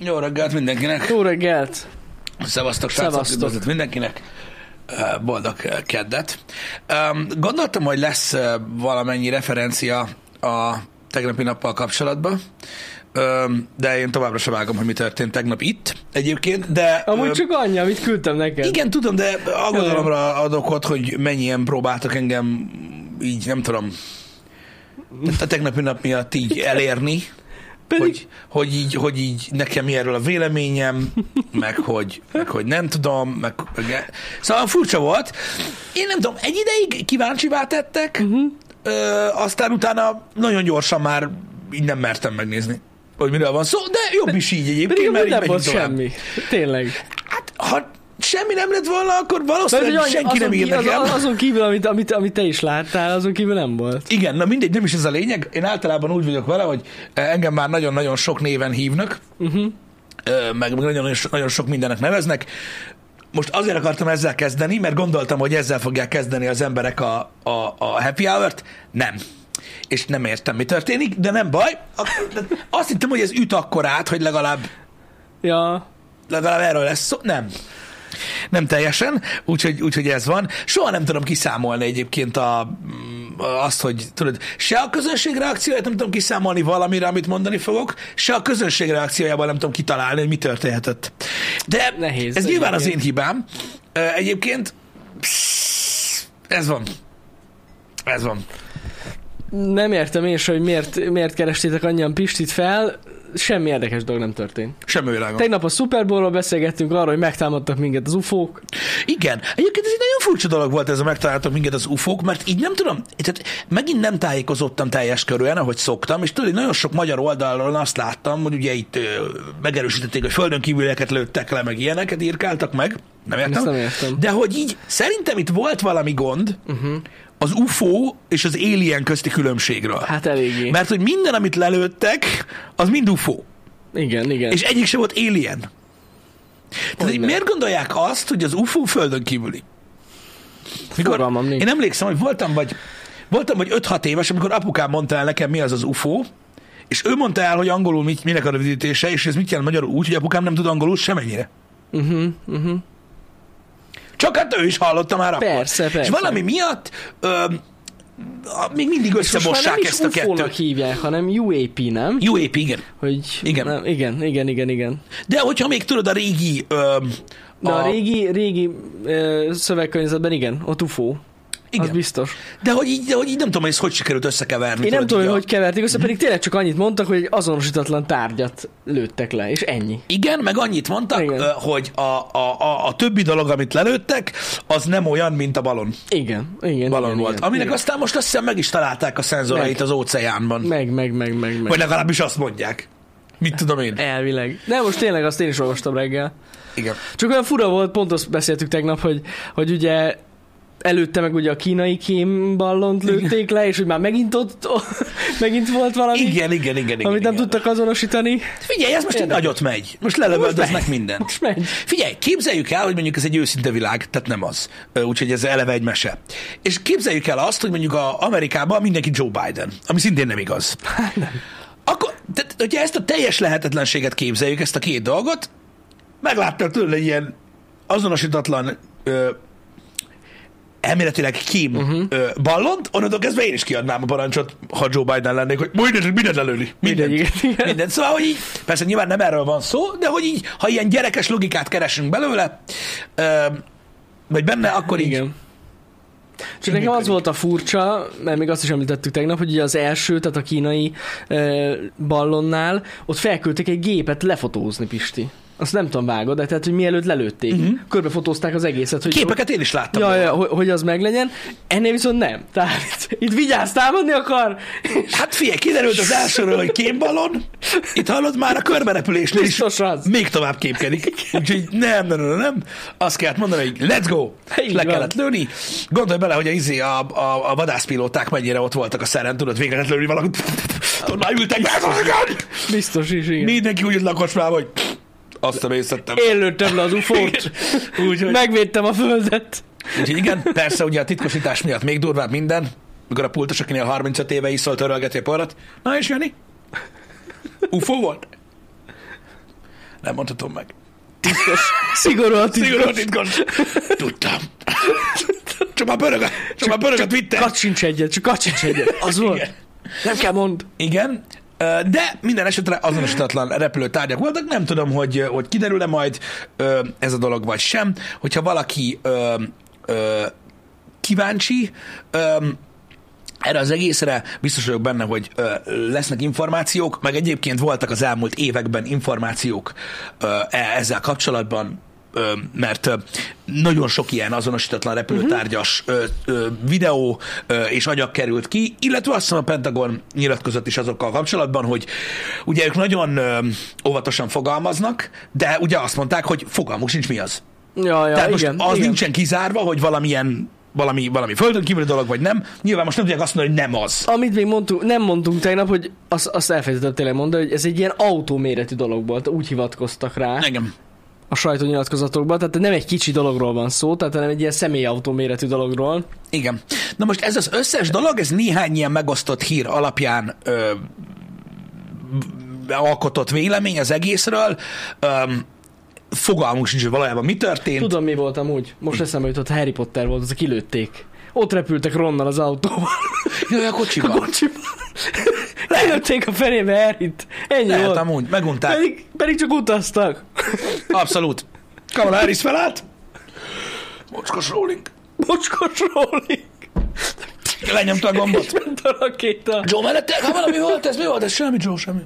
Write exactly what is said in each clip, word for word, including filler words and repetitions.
Jó reggelt mindenkinek. Jó reggelt. Szevasztok, srácok, üdvözlet mindenkinek. Boldog keddet. Gondoltam, hogy lesz valamennyi referencia a tegnapi nappal kapcsolatban, de én továbbra sem vágom, hogy mi történt tegnap itt egyébként, de... Amúgy ö... csak annyi, amit küldtem neked. Igen, tudom, de aggodalomra adok ott, hogy mennyien próbáltak engem így, nem tudom, a tegnapi nap miatt így elérni, Pedig... hogy, hogy, így, hogy így nekem mi erről a véleményem, meg hogy, meg hogy nem tudom, meg, meg... Szóval furcsa volt. Én nem tudom, egy ideig kíváncsivá tettek, uh-huh. ö, aztán utána nagyon gyorsan már így nem mertem megnézni, hogy miről van szó, de jobb is így egyébként, Pedig mert így nem volt tovább. semmi. Tényleg. Hát, ha semmi nem lett volna, akkor valószínűleg annyi, senki nem ír nekem. Az, azon kívül, amit, amit, amit te is láttál, azon kívül nem volt. Igen, na mindegy, nem is ez a lényeg. Én általában úgy vagyok vele, hogy engem már nagyon-nagyon sok néven hívnak, uh-huh. meg nagyon, nagyon sok mindennek neveznek. Most azért akartam ezzel kezdeni, mert gondoltam, hogy ezzel fogják kezdeni az emberek a, a, a happy hour-t. Nem. És nem értem, mi történik, de nem baj. Azt hittem, hogy ez üt akkor át, hogy legalább, ja. legalább erről lesz szó. Nem. Nem teljesen, úgyhogy, úgyhogy ez van. Soha nem tudom kiszámolni egyébként a, azt, hogy tudod, se a közönség reakcióját nem tudom kiszámolni valamire, amit mondani fogok, se a közönség reakciójában nem tudom kitalálni, hogy mi történhetett. De nehéz, ez nyilván egyébként. Az én hibám. Egyébként ez van. Ez van. Nem értem én sem, hogy miért, miért kerestétek annyian Pistit fel, semmi érdekes dolog nem történt. Semmi világon. Tegnap a Super Bowl-ról beszélgettünk arról, hogy megtámadtak minket az ufók. Igen. Egyébként ez egy nagyon furcsa dolog volt ez a megtaláltak minket az ufók, mert így nem tudom, tehát megint nem tájékozottam teljes körülön, ahogy szoktam, és tudod, nagyon sok magyar oldalon azt láttam, hogy ugye itt ö, megerősítették, hogy földön kívülieket lőttek le, meg ilyeneket írkáltak meg. Nem értem. nem értem. De hogy így szerintem itt volt valami gond, uh-huh. az u f o és az alien közti különbségről. Hát eléggé. Mert hogy minden, amit lelőttek, az mind u f o. Igen, igen. És egyik sem volt alien. Tehát miért gondolják azt, hogy az u f o földön kívüli? Mikor, én emlékszem, hogy voltam vagy, voltam vagy öt-hat éves, amikor apukám mondta el nekem, mi az az u f o, és ő mondta el, hogy angolul mit, minek a rövidítése, és ez mit jelent magyarul úgy, hogy apukám nem tud angolul semennyire. Uh-huh, uh-huh. Csak hát ő is hallotta már akkor. Persze, persze. És valami miatt ö, még mindig összemossák ezt a kettőt. U F O-nak hívják, hanem U A P, nem? U A P, igen. Hogy, igen. Nem, igen, igen, igen, igen. De hogyha még tudod a régi... Ö, De a, a régi, régi ö, szövegkörnyezetben igen, ott U F O. Igen. Az biztos. De hogy így, de hogy így nem tudom, hogy ezt hogy sikerült összekeverni. Én nem tudom, hogy hogy keverték össze, mm. pedig tényleg csak annyit mondtak, hogy egy azonosítatlan tárgyat lőttek le, és ennyi. Igen, meg annyit mondtak, igen. hogy a, a, a, a többi dolog, amit lelőttek, az nem olyan, mint a balon. Igen, igen. Balon igen, volt. igen, Aminek igen. Aztán most azt hiszem meg is találták a szenzorait meg. Az óceánban. Meg, meg, meg, meg, meg. Vagy legalábbis azt mondják. Mit tudom én? Elvileg. De most tényleg azt én is olvastam reggel. Igen. Csak olyan fura volt, pont azt beszéltük tegnap, hogy, hogy ugye előtte meg ugye a kínai kémballont lőtték igen. le, és hogy már megint ott, megint volt valami, igen, igen, igen, igen, amit nem igen. tudtak azonosítani. Figyelj, ez most így nagyot megy. Most lelövöldöznek mindent. Most megy. Figyelj, képzeljük el, hogy mondjuk ez egy őszinte világ, tehát nem az. Úgyhogy ez eleve egy mese. És képzeljük el azt, hogy mondjuk a Amerikában mindenki Joe Biden, ami szintén nem igaz. Nem. Akkor, tehát, hogyha ezt a teljes lehetetlenséget képzeljük, ezt a két dolgot, megláttak tőle ilyen azonosítatlan ö, elméletileg kém uh-huh. ö, ballont, onnantól kezdve én is kiadnám a parancsot, ha Joe Biden lennék, hogy mindent, mindent lelőni. Mindent. Mindent, igen. mindent. Szóval, hogy így, persze nyilván nem erről van szó, de hogy így, ha ilyen gyerekes logikát keresünk belőle, ö, vagy benne, akkor igen. így... Csak nekem az volt a furcsa, mert még azt is említettük tegnap, hogy ugye az első, tehát a kínai e, ballonnál, ott felküldték egy gépet lefotózni, Pisti. Azt nem tudom, vágod, de tehát, hogy mielőtt lelőtték. Uh-huh. Körbefotózták az egészet. Hogy képeket én is láttam. Ja, ja, hogy, hogy az meglegyen. Ennél viszont nem. Tehát itt vigyázz, támadni akar. Hát figyelj, kiderült az elsőről, hogy kémballon. Itt hallod már a körberepülésnél is. Az. Még tovább képkedik. Úgyhogy nem, nem, nem, nem. Azt kellett mondani, hogy let's go. Így le van. kellett lőni. Gondolj bele, hogy a, izé, a, a, a vadászpilóták mennyire ott voltak a szeren, tudod, végre lehet lőni valamit. Tudod, már ültek. Biztos is, igen. Mindenki úgy jött lakosmába, hogy azt emészettem. Én lőttem le az ufót. Úgyhogy... Megvédtem a földet. Úgyhogy igen, persze ugye a titkosítás miatt még durvább minden, mikor a pultos, akinél harmincöt éve iszol, törölgeti a porrat. Na és Jani? u f o volt? Nem mondhatom meg. Titkos. Szigorúan titkos. Szigorúan titkos. Tudtam. Csak már pörög a, csak már pörög a Twitter. Kacsincs egyet, csak kacsincs egyet. Az volt. Igen. Nem kell mond. Igen, de minden esetre azonosítatlan repülőtárgyak voltak. Nem tudom, hogy, hogy kiderül-e majd ez a dolog, vagy sem. Hogyha valaki ö, ö, kíváncsi ö, erre az egészre, biztos vagyok benne, hogy ö, lesznek információk, meg egyébként voltak az elmúlt években információk ö, ezzel kapcsolatban, ö, mert ö, nagyon sok ilyen azonosítatlan repülőtárgyas ö, ö, videó ö, és anyag került ki, illetve azt hiszem a Pentagon nyilatkozott is azokkal kapcsolatban, hogy ugye ők nagyon ö, óvatosan fogalmaznak, de ugye azt mondták, hogy fogalmuk sincs mi az. Ja, ja, Tehát igen, most az igen. nincsen kizárva, hogy valamilyen valami, valami földön kívüli dolog, vagy nem. Nyilván most nem tudják azt mondani, hogy nem az. Amit még mondtunk, nem mondtunk tegnap, hogy azt, azt elfelejtettem tényleg mondani, hogy ez egy ilyen autóméretű dolog volt, úgy hivatkoztak rá. Engem. A sajtónyilatkozatokban, tehát nem egy kicsi dologról van szó, tehát nem egy ilyen személyautó méretű dologról. Igen. Na most ez az összes dolog, ez néhány ilyen megosztott hír alapján ö, alkotott vélemény az egészről. Ö, fogalmunk sincs, hogy valójában mi történt. Tudom, mi volt amúgy. Most eszembe jutott, Harry Potter volt, azok kilőtték. Ott repültek Ronnal az autóval. Jaj, a kocsiba. A kocsiba. Kilőtték a fenébe Harryt. Ennyi Lehet volt. amúgy, megunták. Pedig, pedig csak utaztak. Abszolút. Kamala Harris felállt. Mocskos Rowling. Mocskos Rowling. Lenyomta a gombot. Ment a rakéta. Joe mellette, ha valami volt, ez mi volt? Ez semmi, Joe, semmi.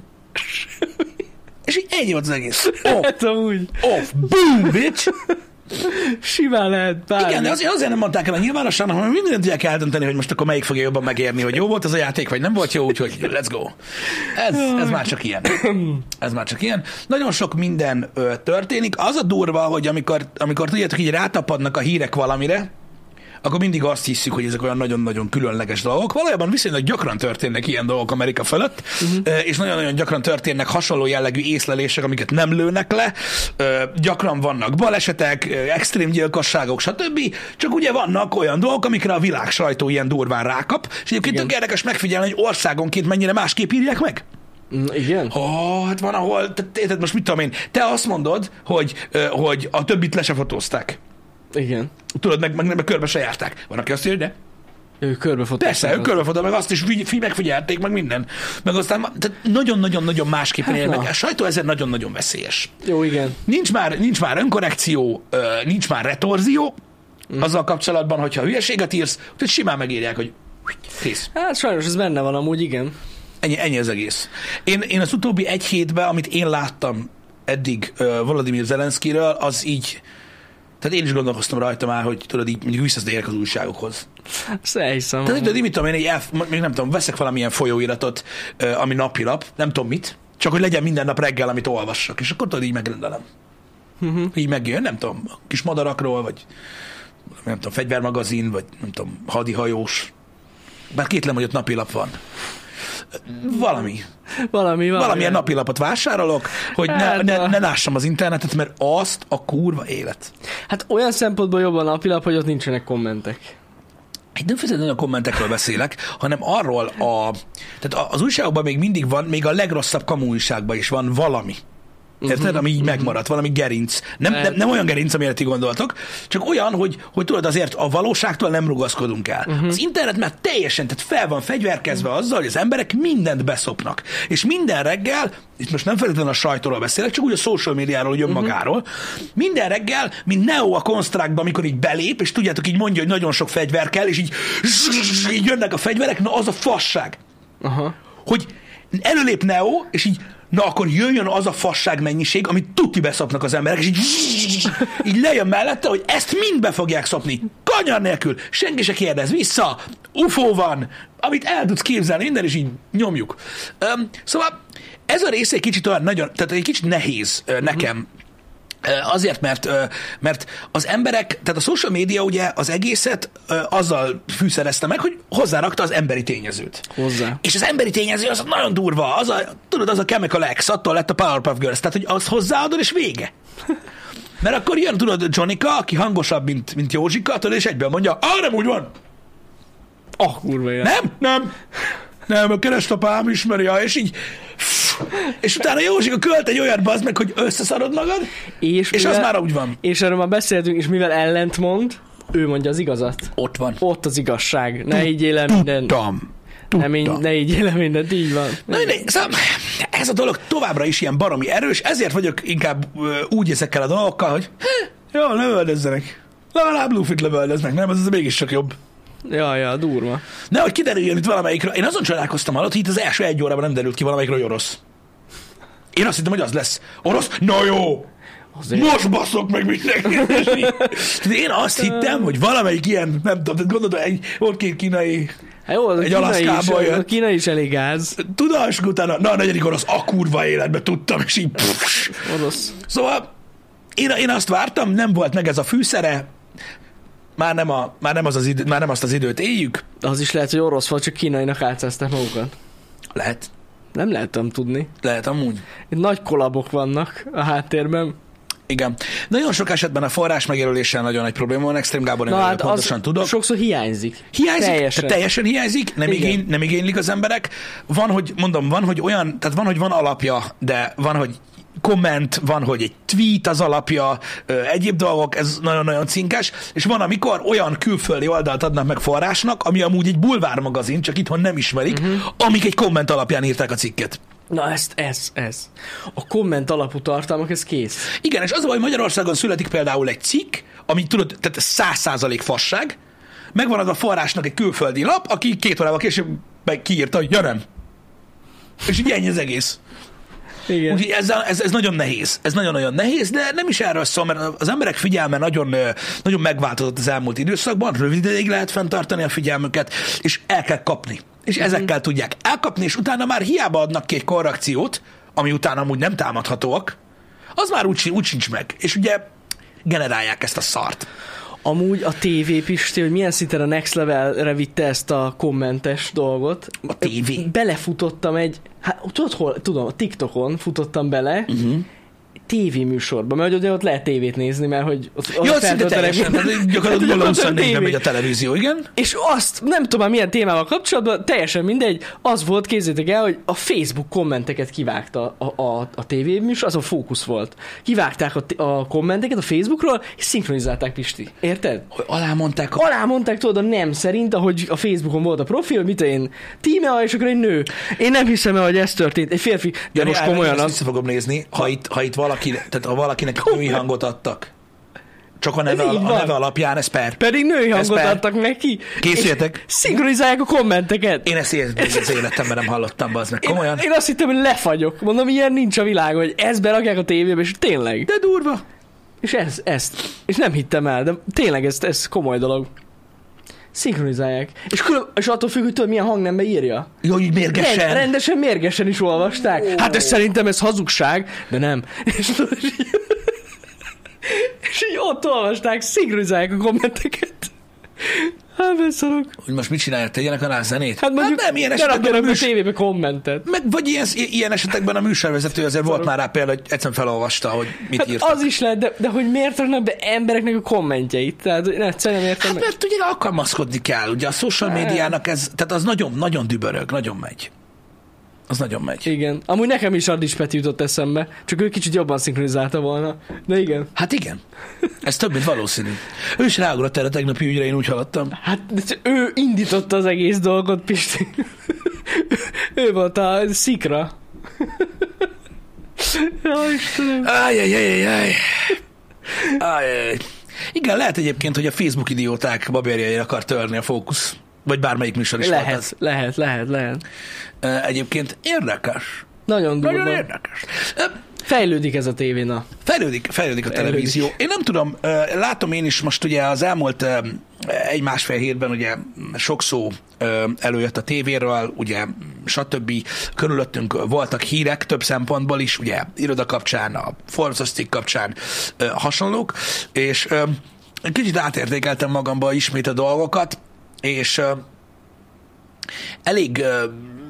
És így ennyi volt az egész. Off. Hát amúgy. Off. Boom, bitch. Simán lehet bármi. Igen, de azért, azért nem mondták el a nyilvánosan, hanem mindent tudják eldönteni, hogy most akkor melyik fogja jobban megérni, hogy jó volt ez a játék, vagy nem volt jó, úgyhogy let's go. Ez, ez már csak ilyen. Ez már csak ilyen. Nagyon sok minden ö, történik. Az a durva, hogy amikor, amikor tudjátok, így rátapadnak a hírek valamire, akkor mindig azt hiszük, hogy ezek olyan nagyon-nagyon különleges dolgok. Valójában viszonylag gyakran történnek ilyen dolgok Amerika fölött, uh-huh. és nagyon-nagyon gyakran történnek hasonló jellegű észlelések, amiket nem lőnek le. Gyakran vannak balesetek, extrém gyilkosságok, stb. Csak ugye vannak olyan dolgok, amikre a világ sajtó ilyen durván rákap, és egyébként tök érdekes megfigyelni, hogy országonként mennyire másképp írják meg. Igen? Oh, hát van, ahol, tehát most mit tudom én, te azt mondod, hogy, hogy a többit le se fotózták. Igen. Tudod, meg, meg, meg körbe se járták. Van, aki azt írja, de ő körbefotózták. persze, ő körbefotózták, meg azt is figy- megfigyelték, meg minden. Meg aztán tehát nagyon-nagyon-nagyon másképpen Hát élnek. na. A sajtó ezzel nagyon-nagyon veszélyes. Jó, igen. Nincs már, nincs már önkorrekció, nincs már retorzió mm. azzal kapcsolatban, hogyha hülyeséget írsz, úgyhogy simán megírják, hogy kész. Hát sajnos ez benne van amúgy, igen. Ennyi, ennyi az egész. Én, én az utóbbi egy hétben, amit én láttam eddig uh, Volodymyr Zelenszkiről, az így, tehát én is gondolkoztam rajta már, hogy tudod, így mondjuk visszatérjek az újságokhoz. Ezt elhiszem. Tehát, tudod, mit tudom én, így elf, még nem tudom, veszek valamilyen folyóiratot, uh, ami napilap, nem tudom mit, csak hogy legyen minden nap reggel, amit olvassak, és akkor tudod, így megrendelem. Uh-huh. Így megjön, nem tudom, kis madarakról, vagy nem tudom, fegyvermagazin, vagy nem tudom, hadihajós. Bár kétlem, hogy ott napilap van. Valami. Valami, valami. Valamilyen napilapot vásárolok, hogy Hát, ne, ne, a- ne lássam az internetet, mert azt a kurva élet. Hát olyan szempontból jobban a napilap, hogy ott nincsenek kommentek. Itt nem feltétlenül a kommentekről beszélek, hanem arról a... Tehát az újságokban még mindig van, még a legrosszabb kamu újságban is van valami. Érted? Uh-huh. Ami így uh-huh. megmaradt, valami gerinc. Nem, nem, nem olyan gerinc, amire ti gondoltok, csak olyan, hogy, hogy tudod, azért a valóságtól nem rugaszkodunk el. Uh-huh. Az internet már teljesen, tehát fel van fegyverkezve uh-huh. azzal, hogy az emberek mindent beszopnak. És minden reggel, itt most nem feltétlenül a sajtóról beszélek, csak úgy a social médiáról, hogy önmagáról, uh-huh. minden reggel, mint Neo a Constructban, amikor így belép, és tudjátok, így mondja, hogy nagyon sok fegyver kell, és így, így jönnek a fegyverek, na az a fasság. Aha. Hogy előlép Neo, és így na akkor jöjjön az a fasság mennyiség, amit tuti beszopnak az emberek, és így, így lejön mellette, hogy ezt mind be fogják szopni. Kanyar nélkül. Senki se kérdez vissza. ufó van. Amit el tudsz képzelni, minden, és így nyomjuk. Um, szóval ez a rész egy kicsit olyan nagyon, tehát egy kicsit nehéz uh, nekem. Uh, azért, mert, uh, mert az emberek, tehát a social media ugye az egészet uh, azzal fűszerezte meg, hogy hozzárakta az emberi tényezőt. Hozzá. És az emberi tényező az nagyon durva. Az a, tudod, az a Chemical X, attól lett a Powerpuff Girls. Tehát, hogy azt hozzáadod, és vége. Mert akkor jön, tudod, Johnnyka, aki hangosabb, mint, mint Józsika, tudod, és egyben mondja, ah, nem úgy van. Ah, kurva élet. Nem? Nem. Nem, a keresztapám ismeri, és így És utána Józsika költ egy olyat, bazd meg, hogy összeszarod magad, és, és mivel, az már úgy van. És erről már beszéltünk, és mivel ellentmond, ő mondja az igazat. Ott van. Ott az igazság. Ne így élem minden. Tudtam. Nem, ne így élem mindent, így van. Na, ne, szóval ez a dolog továbbra is ilyen baromi erős, ezért vagyok inkább uh, úgy ezekkel a dolgokkal, hogy jó, lövöldözzenek. Legalább Luffy-t lövöldöznek, nem? Ez, ez mégiscsak jobb. Ja, ja, durva. Nehogy kiderüljön itt valamelyikről. Én azon csodálkoztam alatt, hogy itt az első egy órában nem derült ki valamelyikről, hogy orosz. Én azt hittem, hogy az lesz. Orosz? Na jó! Azért. Most basszok meg mindenki. Én azt hittem, hogy valamelyik ilyen, nem tudom, tehát gondolod, egy, volt két kínai, hát jó, egy Alaszkából jött. A Kína is elég gáz. Tudás, utána, na a negyedik orosz, a kurva életben tudtam, és így pff. Orosz. Szóval én, én azt vártam, nem volt meg ez a fűszere, már nem, a, már nem, az az idő, már nem azt az időt éljük. Az is lehet, hogy orosz volt, csak kínainak átszázták magukat. Lehet. Nem lehetem tudni. Lehet amúgy. Itt nagy kolabok vannak a háttérben. Igen. Nagyon sok esetben a forrás megjelöléssel nagyon nagy probléma van, Extrém Gábor, én hát pontosan tudok. Sokszor hiányzik. Hiányzik, teljesen, teljesen hiányzik, nem, igény, nem igénylik az emberek. Van, hogy mondom, van, hogy olyan, tehát van, hogy van alapja, de van, hogy komment, van, hogy egy tweet az alapja, egyéb dolgok, ez nagyon-nagyon cinkás, és van, amikor olyan külföldi oldalt adnak meg forrásnak, ami amúgy egy bulvármagazin, csak itthon nem ismerik, uh-huh. amik egy komment alapján írták a cikket. Na ezt, ez, ez. A komment alapú tartalmak, ez kész. Igen, és az a baj, hogy Magyarországon születik például egy cikk, ami tudod, tehát száz százalék fasság, megvan az a forrásnak egy külföldi lap, aki két órával később meg kiírta, hogy ja nem. És így ennyi az egész. Igen. Úgyhogy ez, ez, ez nagyon nehéz. Ez nagyon-nagyon nehéz, de nem is erről szól, mert az emberek figyelme nagyon, nagyon megváltozott az elmúlt időszakban, rövid ideig lehet fenntartani a figyelmüket, és el kell kapni. És uh-huh. ezekkel tudják elkapni, és utána már hiába adnak ki egy korrekciót, ami utána amúgy nem támadhatóak, az már úgy, úgy sincs meg. És ugye generálják ezt a szart. Amúgy a té vé, Pisti, hogy milyen szinten a Next Levelre vitte ezt a kommentes dolgot. A té vé? Belefutottam egy, hát tudod hol, tudom, a TikTokon futottam bele, uh-huh. tévéműsorba, mert ugye ott lehet tévét nézni, mert hogy ott, ott jó, szinte teljesen, tehát gyakorlatilag nulla huszonnégyre megy a televízió, igen. És azt, nem tudom már milyen témával kapcsolatban, teljesen mindegy, az volt, képzeljétek el, hogy a Facebook kommenteket kivágta a, a, a tévéműsor, az a fókusz volt. Kivágták a, a kommenteket a Facebookról, és szinkronizálták, Pisti. Érted? Hogy alámondták a... Alámondták, tudod, a nem szerint, ahogy a Facebookon volt a profil, mit én, Tímea, és akkor egy nő. Én nem hiszem el, hogy ez történt. Egy férfi, de ja, most komolyan... Ezt vissza fogom nézni, ha itt, ha itt valaki, tehát ha valakinek női hangot adtak. Csak a neve, a neve alapján, ez per. Pedig női hangot adtak neki. Készüljetek. Szinkronizálják a kommenteket. Én ezt az életemben nem hallottam, bazd meg. Komolyan. Én, én azt hittem, hogy lefagyok. Mondom, ilyen nincs a világon, hogy ezt berakják a tévébe, és tényleg. De durva. És ez, ezt. És nem hittem el, de tényleg ez, ez komoly dolog. Szinkronizálják. És, külön, és attól függ, hogy tudod, milyen hangnembe írja. Jó, hogy mérgesen. Rend, rendesen mérgesen is olvasták. Oh. Hát ez szerintem ez hazugság, de nem. És, és így ott olvasták, szinkronizálják a kommenteket. Hát beszarok. Hogy most mit csinálják, tegyenek alá zenét? Hát mondjuk, hát nem, ilyen esetekben a, műs... a tévébe kommentet. Meg, vagy ilyen, ilyen esetekben a műsorvezető azért volt már rá példa, hogy egyszerűen felolvasta, hogy mit hát írtak. Az is lehet, de, de hogy miért raknak be embereknek a kommentjeit? Tehát egyszerűen nem értem. Hát mert ugye alkalmazkodni kell. Ugye a social médiának ez, tehát az nagyon, nagyon dübörög, nagyon megy. Az nagyon megy. Igen. Amúgy nekem is Addis Peti jutott eszembe, csak ő kicsit jobban szinkronizálta volna. De igen. Hát igen. Ez több, mint valószínű. Ő is ráugrott erre tegnapi ügyre, én úgy hallottam. Hát ő indította az egész dolgot, Pisti. Ő volt a szikra. Jaj, Istenem. Ájjjjjjjjjj. Ájjjjjj. Igen, lehet egyébként, hogy a Facebook idióták babérjaira akar törni a fókusz. Vagy bármelyik műsor is lehet, volt ez. Lehet, lehet, lehet. Egyébként érdekes. Nagyon durva. Nagyon érdekes. Fejlődik ez a tévé, na. Fejlődik, fejlődik a Fejlődik. televízió. Én nem tudom, látom én is most ugye az elmúlt egy-másfél hétben ugye sok szó előjött a tévéről, ugye stb. Körülöttünk voltak hírek több szempontból is, ugye iroda kapcsán, a Forbes cikk kapcsán hasonlók, és kicsit átértékeltem magamba ismét a dolgokat, és elég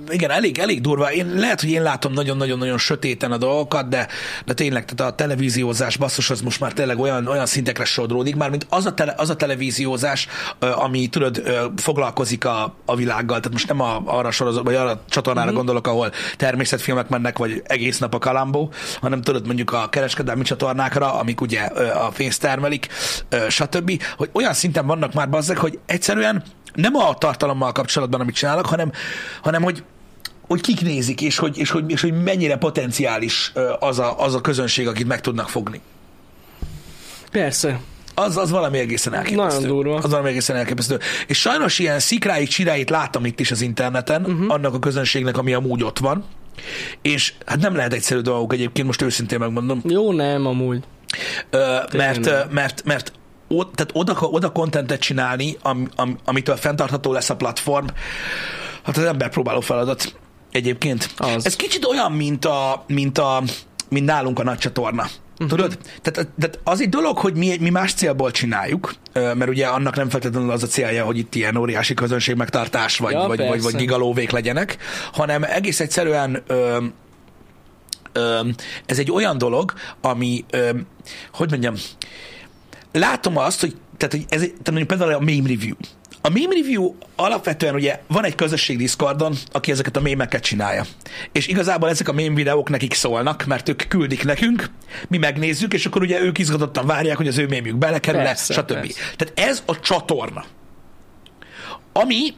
igen, elég, elég durva. Én, lehet, hogy én látom nagyon-nagyon-nagyon sötéten a dolgokat, de, de tényleg, tehát a televíziózás, basszus, az most már tényleg olyan, olyan szintekre sodródik, már mint az a, tele, az a televíziózás, ami, tudod, foglalkozik a, a világgal. Tehát most nem a, arra sorozat, vagy arra a csatornára uh-huh. gondolok, ahol természetfilmek mennek, vagy egész nap a Kalambó, hanem tudod, mondjuk a kereskedelmi csatornákra, amik ugye a pénzt termelik, stb. Hogy olyan szinten vannak már bazzek, hogy egyszerűen nem a tartalommal kapcsolatban, amit csinálnak, hanem, hanem hogy, hogy kik nézik, és hogy, és, hogy, és hogy mennyire potenciális az a, az a közönség, akit meg tudnak fogni. Persze. Az, az valami egészen elképesztő. Nagyon durva. Az valami egészen elképesztő. És sajnos ilyen szikráit, csiráit láttam itt is az interneten, uh-huh. annak a közönségnek, ami amúgy ott van. És hát nem lehet egyszerű dolgok egyébként, most őszintén megmondom. Jó, nem, amúgy. Ö, mert, mert, mert, mert Od, tehát oda, oda contentet csinálni, am, am, amitől fenntartható lesz a platform, hát az ember próbáló feladat egyébként. Az. Ez kicsit olyan, mint, a, mint, a, mint nálunk a nagy csatorna. Uh-huh. Tudod? Tehát, tehát az egy dolog, hogy mi, mi más célból csináljuk, mert ugye annak nem feltétlenül az a célja, hogy itt ilyen óriási közönség megtartás, vagy, ja, vagy, vagy, vagy gigalóvék legyenek, hanem egész egyszerűen ö, ö, ez egy olyan dolog, ami, ö, hogy mondjam, látom azt, hogy, tehát, hogy ez, tehát mondjuk például a meme review. A meme review alapvetően ugye van egy közösség Discordon, aki ezeket a mémeket csinálja. És igazából ezek a meme videók nekik szólnak, mert ők küldik nekünk, mi megnézzük, és akkor ugye ők izgatottan várják, hogy az ő mémjük belekerül-e, stb. Persze. Tehát ez a csatorna. Ami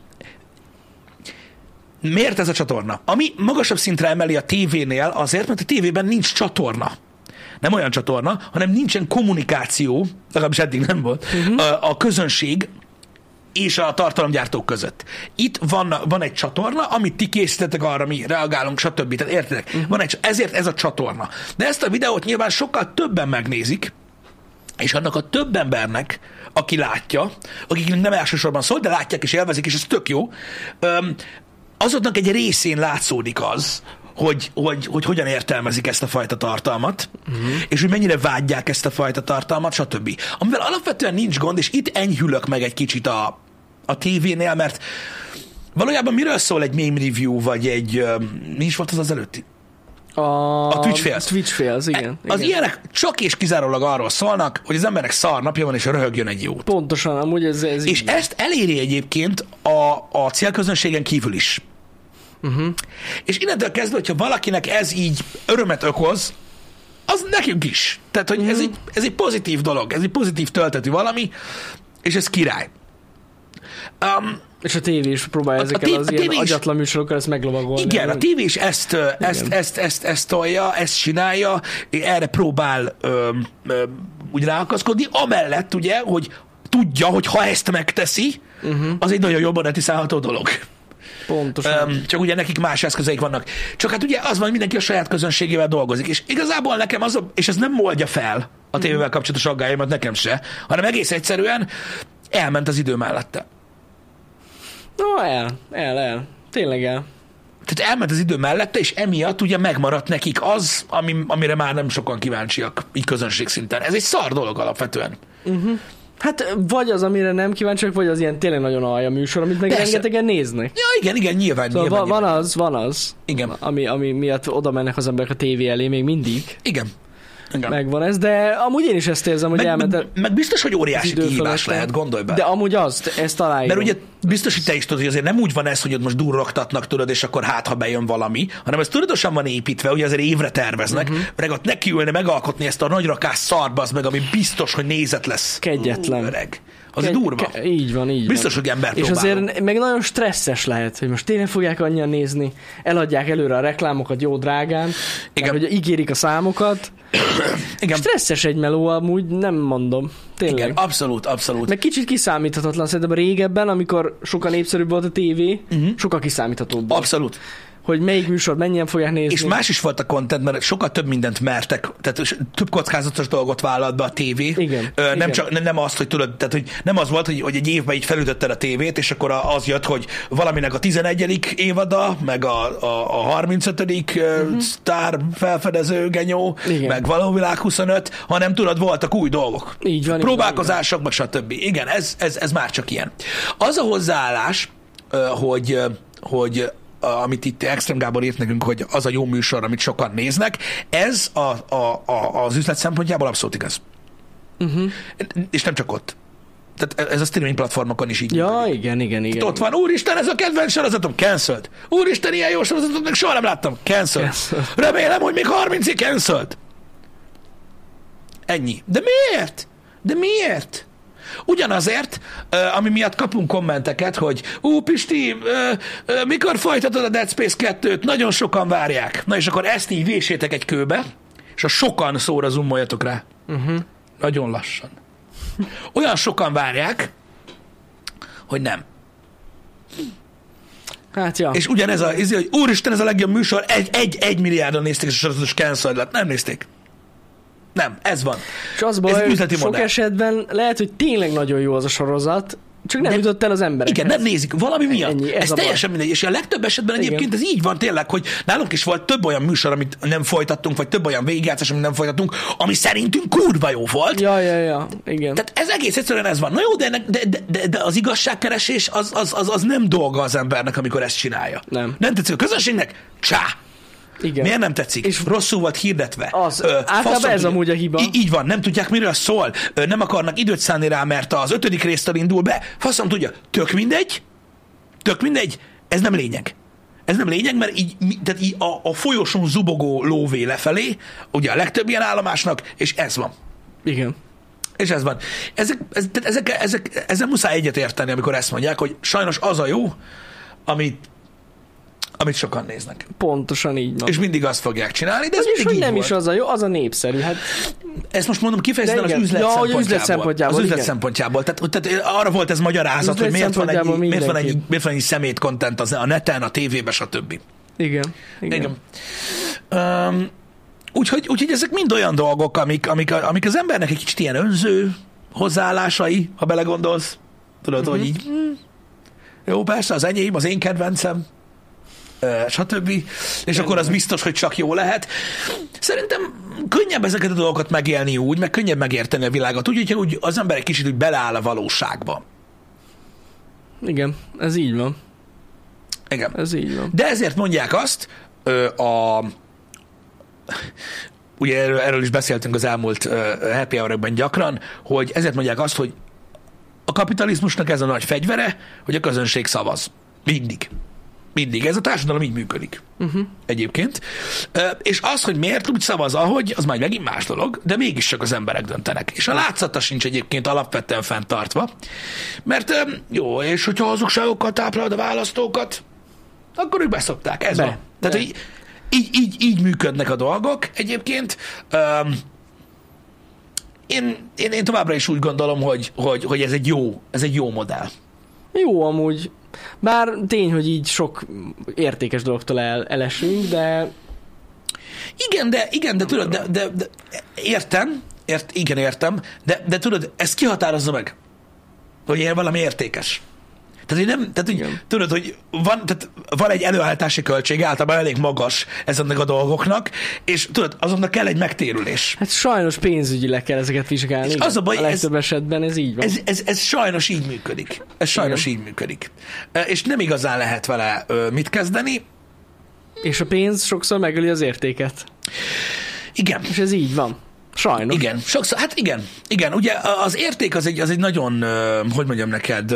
miért ez a csatorna? Ami magasabb szintre emeli a tévénél azért, mert a tévében nincs csatorna. Nem olyan csatorna, hanem nincsen kommunikáció, legalábbis eddig nem volt, uh-huh. a, a közönség és a tartalomgyártók között. Itt van, van egy csatorna, amit ti készítettek arra, mi reagálunk, stb. Tehát értitek? Uh-huh. Van egy, ezért ez a csatorna. De ezt a videót nyilván sokkal többen megnézik, és annak a több embernek, aki látja, akik nem elsősorban szól, de látják és élvezik, és ez tök jó, azoknak egy részén látszódik az, Hogy, hogy, hogy hogyan értelmezik ezt a fajta tartalmat, uh-huh. és hogy mennyire vágyják ezt a fajta tartalmat, stb. Amivel alapvetően nincs gond, és itt enyhülök meg egy kicsit a, a tévénél, mert valójában miről szól egy meme review, vagy egy, mi is volt az az előtti? A, a Twitch Fails. Twitch Fails, igen. Az igen. ilyenek csak és kizárólag arról szólnak, hogy az emberek szar napja van, és röhögjön egy jót. Pontosan, amúgy ez, ez És így. Ezt eléri egyébként a, a célközönségen kívül is. Uh-huh. És innentől kezdve, hogyha valakinek ez így örömet okoz, az nekünk is. Tehát, hogy uh-huh. ez, egy, ez egy pozitív dolog, ez egy pozitív töltetű valami, és ez király. Um, és a tévé is próbálja ezekkel az ilyen agyatlan műsorokkal ezt meglovagolni. Igen, a tévé is ezt, ezt, ezt, ezt, ezt, ezt tolja, ezt csinálja, erre próbál ö, ö, úgy ráakaszkodni, amellett ugye, hogy tudja, hogy ha ezt megteszi, uh-huh. az egy nagyon jobban etiszálható dolog. Pontosan. Um, csak ugye nekik más eszközeik vannak. Csak hát ugye az van, hogy mindenki a saját közönségével dolgozik. És igazából nekem az, a, és ez nem oldja fel a tévével kapcsolatos aggályaimat, nekem se, hanem egész egyszerűen elment az idő mellette. No, el, el, el. Tényleg el. Tehát elment az idő mellette, és emiatt ugye megmaradt nekik az, ami, amire már nem sokan kíváncsiak, így közönség szinten. Ez egy szar dolog alapvetően. Uh-huh. Hát vagy az, amire nem kíváncsiak, vagy az ilyen tényleg nagyon alja műsor, amit meg Persze. rengetegen néznek. Ja, igen, igen, nyilván. Szóval nyilván, van, nyilván. van az, van az, igen. Ami, ami miatt oda mennek az emberek a tévé elé még mindig. Igen. Igen. Megvan ez, de amúgy én is ezt érzem, hogy meg, elment. Meg, meg biztos, hogy óriási kihívás lehet, gondolj be. De amúgy az, ezt találjuk. Mert ugye biztos, hogy te is tudod, hogy azért nem úgy van ez, hogy ott most durrogtatnak, tudod, és akkor hát, ha bejön valami, hanem ez tudatosan van építve, hogy azért évre terveznek, uh-huh. meg ott nekiülni, megalkotni ezt a nagy rakás szart, az meg, ami biztos, hogy nézet lesz. Kegyetlen. Öreg. Az Kegy, durva. Ke- így van, így Biztos, van. hogy ember És próbálom. azért meg nagyon stresszes lehet, hogy most tényleg fogják annyian nézni, eladják előre a reklámokat jó drágán, igen. Mert, hogy ígérik a számokat. Igen. Stresszes egy meló, amúgy nem mondom. Tényleg. Igen, abszolút, abszolút. Meg kicsit kiszámíthatatlan, szerintem régebben, amikor sokkal népszerűbb volt a tévé, uh-huh. sokkal kiszámíthatóbb. Abszolút. Hogy melyik műsor mennyien fogják nézni. És más is volt a content, mert sokkal több mindent mertek, tehát több kockázatos dolgot vállalt be a tévé. Igen, Ö, nem, igen. Csak, nem azt, hogy tudod, tehát hogy nem az volt, hogy, hogy egy évben így felütötted a tévét, és akkor az jött, hogy valaminek a tizenegyedik évada, meg a, a, a harmincötödik uh-huh. sztár felfedező genyó, igen. meg Való Világ huszonöt, hanem tudod, voltak új dolgok. Így van. Próbálkozások, meg stb. Igen, ez, ez, ez már csak ilyen. Az a hozzáállás, hogy, hogy a, amit itt Extrém Gábor írt nekünk, hogy az a jó műsor, amit sokan néznek, ez a, a, a, az üzlet szempontjából abszolút igaz. Uh-huh. És nem csak ott. Tehát ez a streaming platformokon is így. Ja, működik. igen, igen, igen. Ott van, úristen, ez a kedvenc sorozatom, cancelled. Úristen, ilyen jó sorozatot még soha nem láttam, cancelled. cancelled. Remélem, hogy még harmincig cancelled. Ennyi. De miért? De miért? Ugyanazért, uh, ami miatt kapunk kommenteket, hogy ú, Pisti, uh, uh, mikor folytatod a Dead Space kettőt? Nagyon sokan várják. Na és akkor ezt így vésétek egy kőbe, és a sokan szóra zoomoljatok rá. Uh-huh. Nagyon lassan. Olyan sokan várják, hogy nem. Hát ja. És ugyanez a, ez, hogy úristen, ez a legjobb műsor, egy, egy, egy milliárdon nézték, és a sorozatos cancel lett. Nem nézték. Nem, ez van. És az baj, hogy sok modell. esetben lehet, hogy tényleg nagyon jó az a sorozat, csak nem de, jutott el az emberekhez. Igen, nem nézik, valami miatt. Ennyi, ez ez teljesen mindegy, és a legtöbb esetben igen. Egyébként ez így van tényleg, hogy nálunk is volt több olyan műsor, amit nem folytattunk, vagy több olyan végigjátszás, amit nem folytattunk, ami szerintünk kurva jó volt. Ja, ja, ja, igen. Tehát ez egész egyszerűen ez van. Na jó, de, de, de, de, de az igazságkeresés az, az, az, az nem dolga az embernek, amikor ezt csinálja. Nem. Nem tetszik a közönségnek? Csá! Igen. Miért nem tetszik? És rosszul volt hirdetve. Az, Ö, általában ez amúgy a hiba. Í- így van, nem tudják, miről szól. Ö, nem akarnak időt szánni rá, mert az ötödik résztől indul be. Faszom tudja, tök mindegy, tök mindegy, ez nem lényeg. Ez nem lényeg, mert így, tehát így a, a folyosón zubogó lóvé lefelé, ugye a legtöbb ilyen állomásnak, és ez van. Igen. És ez van. Ezek, ez, tehát ezek, ezek, ezzel muszáj egyet érteni, amikor ezt mondják, hogy sajnos az a jó, amit amit sokan néznek. Pontosan így van. És mindig azt fogják csinálni, de ez és hogy nem volt. Is az a jó, az a népszerű. Hát... Ezt most mondom kifejezetten az üzlet, ja, szempontjából. üzlet szempontjából. Az üzlet igen. szempontjából. Tehát, tehát arra volt ez magyarázat, hogy miért van, egy, miért, van egy, miért van egy szemét content az, a neten, a tévében, stb. Igen. Igen. Igen. Um, úgyhogy, úgyhogy ezek mind olyan dolgok, amik, amik, amik az embernek egy kicsit ilyen önző hozzáállásai, ha belegondolsz. Tudod, uh-huh. hogy így hm, jó, persze, az enyém, az én kedvencem, stb. És nem, akkor az biztos, hogy csak jó lehet. Szerintem könnyebb ezeket a dolgokat megélni úgy, meg könnyebb megérteni a világot. Úgy, hogy úgy az ember egy kicsit úgy beleáll a valóságba. Igen, ez így van. Igen. Ez így van. De ezért mondják azt, a... ugye erről, erről is beszéltünk az elmúlt happy hour-okban gyakran, hogy ezért mondják azt, hogy a kapitalizmusnak ez a nagy fegyvere, hogy a közönség szavaz. Mindig. Mindig. Ez a társadalom így működik. Uh-huh. Egyébként. És az, hogy miért úgy szavaz, ahogy, az majd megint más dolog, de mégis csak az emberek döntenek. És a látszata sincs egyébként alapvetően fenntartva. Mert jó, és hogyha hazugságokkal táplálod a választókat, akkor ők beszokták. Ez Be. van. Tehát így, így, így, így működnek a dolgok egyébként. Um, én, én, én továbbra is úgy gondolom, hogy, hogy, hogy ez egy jó, ez egy jó modell. Jó amúgy. Bár tény, hogy így sok értékes dologtól el, elesünk, de... Igen, de, igen, de tudod, de, de, de értem, ért, igen, értem, de, de tudod, ezt kihatározza meg, hogy ilyen valami értékes. Tehát, hogy nem, tehát, hogy, tudod, hogy van, tehát van egy előállítási költség, általában elég magas ezeknek a dolgoknak, és tudod, azonnak kell egy megtérülés. Hát sajnos pénzügyileg kell ezeket vizsgálni. És az a baj, a legtöbb ez, esetben ez így van. Ez, ez, ez sajnos így működik. Ez sajnos igen. így működik. És nem igazán lehet vele mit kezdeni. És a pénz sokszor megöli az értéket. Igen. És ez így van. Sajnos. Igen, sokszor, hát igen. Igen, ugye az érték az egy, az egy nagyon, hogy mondjam neked,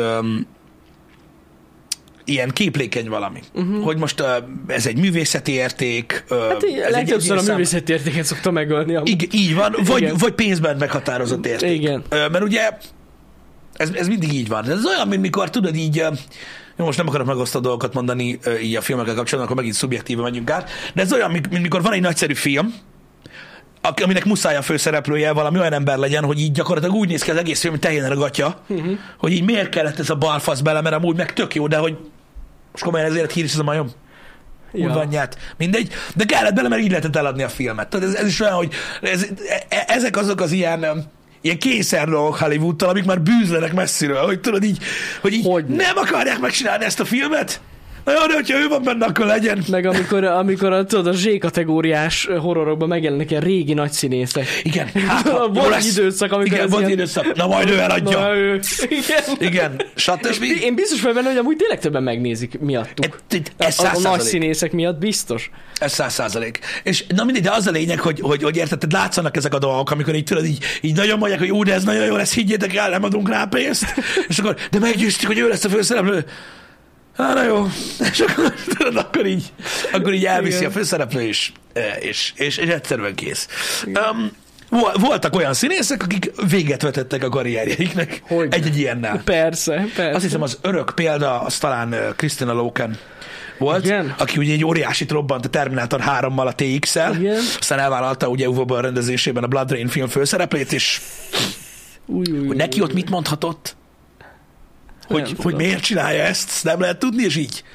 ilyen képlékeny valami. Uh-huh. Hogy most uh, ez egy művészeti érték. Uh, hát így, legtöbbször a művészeti szám... értéket szokta megölni. Így, így van, vagy, vagy pénzben meghatározott érték. Igen. Uh, mert ugye ez, ez mindig így van. Ez olyan, mint mikor tudod így, uh, jó, most nem akarok megosztó dolgokat mondani uh, így a filmekkel kapcsolatban, akkor megint szubjektíve menjünk át, de ez olyan, mint mikor van egy nagyszerű film, aminek muszáj a főszereplője valami olyan ember legyen, hogy így gyakorlatilag úgy néz ki az egész film, hogy teljesen a gatya, uh-huh. hogy így miért kellett ez a balfasz bele, mert amúgy meg tök jó, de hogy most komolyan ezért hír is ez a majom. Ja. Úgy van nyát. Mindegy. De kellett bele, mert így lehetett eladni a filmet. Tehát ez, ez is olyan, hogy ez, e, ezek azok az ilyen, ilyen kényszer dolgok Hollywoodtal, amik már bűzlenek messziről, hogy tudod így, hogy így hogy nem akarják megcsinálni ezt a filmet, Na jó, de hogyha ő van benne, akkor legyen. Meg amikor, amikor a, tudod, a Z-kategóriás horrorokban megjelennek ilyen régi nagy színészek. Igen. Hát, ha volt egy időszak, amikor igen, ez volt ilyen... időszak. Na majd ő eladja. Na, ő. Igen. Igen. Stb. Én biztos vagy benne, hogy amúgy tényleg többen megnézik miattuk. Ez a, a száz nagy százalék. színészek miatt biztos. Ez száz százalék. És na mindegy, de az a lényeg, hogy, hogy, hogy érted, látszanak ezek a dolgok, amikor így tudod, így, így nagyon mondják, hogy ú, de ez nagyon jó lesz, higgyétek el, nem adunk rá pénzt. És akkor, de meggyőztük, hogy ő lesz a főszereplő. Hát na jó. És akkor, tudod, akkor így, akkor így elviszi igen. a főszereplő, és, és, és, és egyszerűen kész. Um, voltak olyan színészek, akik véget vetettek a karrierjeiknek. Hogy? Egy-egy ilyennel. Persze, persze. Azt hiszem az örök példa, az talán Christina Loken volt, igen. aki ugye egy óriásit robbant a Terminator hárommal a té iksz-el, igen. aztán elvállalta ugye Uwe Boll rendezésében a Blood Rain film főszereplét, és új, új, hogy neki új, ott mit mondhatott? Hogy, hogy miért csinálja ezt, nem lehet tudni, és így.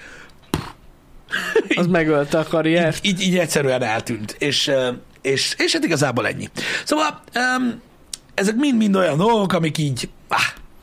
Az megölte a karriert. Így, így, így egyszerűen eltűnt, és, és, és hát igazából ennyi. Szóval um, ezek mind-mind olyan dolgok, amik így ah,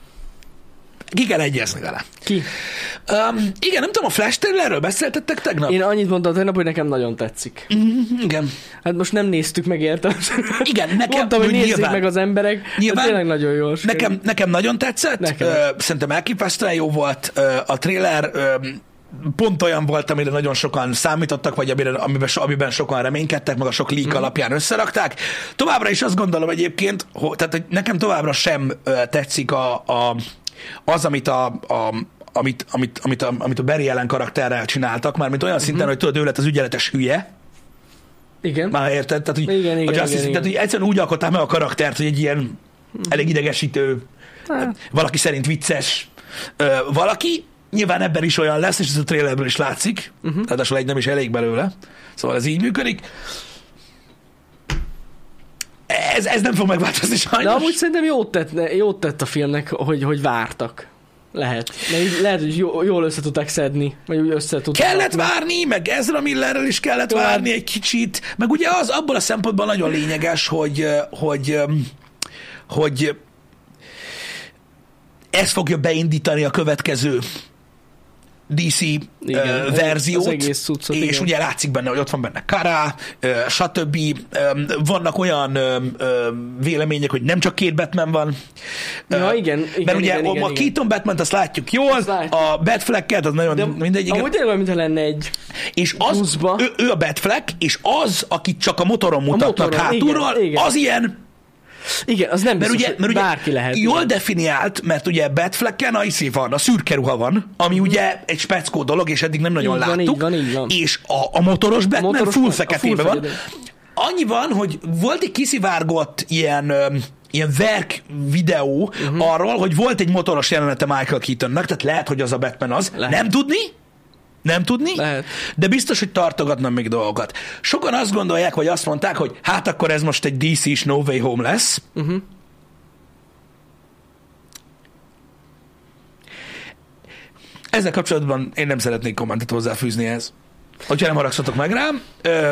ki kell egyezni vele. Ki? Um, igen, nem tudom, a Flash trailerről beszéltettek tegnap? Én annyit mondtam tegnap, hogy nekem nagyon tetszik. Mm, igen. Hát most nem néztük meg, értem. Igen, nekem... Mondtam, hogy nézzék nyilván, meg az emberek, nyilván, tényleg nagyon jó. Nekem, nekem nagyon tetszett, nekem. Uh, szerintem elképesztően jó volt uh, a trailer, uh, pont olyan volt, amire nagyon sokan számítottak, vagy amire, amiben, amiben sokan reménykedtek, meg a sok leak mm. alapján összerakták. Továbbra is azt gondolom egyébként, hogy, tehát, hogy nekem továbbra sem uh, tetszik a, a, az, amit a, a amit, amit, amit, a, amit a Barry Allen karakterrel csináltak, már mint olyan szinten, uh-huh. hogy tudod, ő lett az ügyeletes hülye. Igen. Már érted? Tehát, hogy, igen, igen, igen, igen, tehát, hogy egyszerűen úgy alkották meg a karaktert, hogy egy ilyen uh-huh. elég idegesítő, hát. valaki szerint vicces valaki. Nyilván ebben is olyan lesz, és ez a trailerből is látszik. Uh-huh. Ráadásul egy nem is elég belőle. Szóval ez így működik. Ez, ez nem fog megváltozni sajnos. De amúgy szerintem jót tett, jót tett a filmnek, hogy, hogy vártak. Lehet. De lehet, hogy jól össze tudták szedni. Vagy úgy össze tudták. Kellett várni, meg Ezra Millerrel is kellett Tovább. várni egy kicsit. Meg ugye az abból a szempontból nagyon lényeges, hogy, hogy, hogy ez fogja beindítani a következő dé cé igen, uh, verziót, cuccot, és igen. ugye látszik benne, hogy ott van benne Kara, uh, stb. Um, vannak olyan um, um, vélemények, hogy nem csak két Batman van. Ja, uh, igen, igen. Mert ugye igen, a, igen, a Keaton Batman-t azt látjuk jól, azt látjuk. A Batflecket az nagyon de mindegy. Amúgy tényleg, mintha lenne egy és az, ő, ő a Batfleck, és az, akit csak a motoron mutatnak a motoron, hátulról, igen, igen. az ilyen. Igen, az nem biztos, mert ugye, mert bárki ugye lehet. Jól igen. definiált, mert ugye Batflecken a iszi van, a szürke ruha van, ami hmm. ugye egy speckó dolog, és eddig nem nagyon így láttuk. Van, így van, így van. És a, a motoros Batman a motoros full feketében van. Fekete. Annyi van, hogy volt egy kiszivárgott ilyen, um, ilyen verk videó uh-huh. arról, hogy volt egy motoros jelenete Michael Keatonnak, tehát lehet, hogy az a Batman az. Lehet. Nem tudni? Nem tudni, lehet. De biztos, hogy tartogatnak még dolgokat. Sokan azt gondolják, vagy azt mondták, hogy hát akkor ez most egy dé cés No Way Home lesz. Uh-huh. Ezzel kapcsolatban én nem szeretnék kommentet hozzáfűzni ehhez. Hogyha nem haragszatok meg rám. Ö...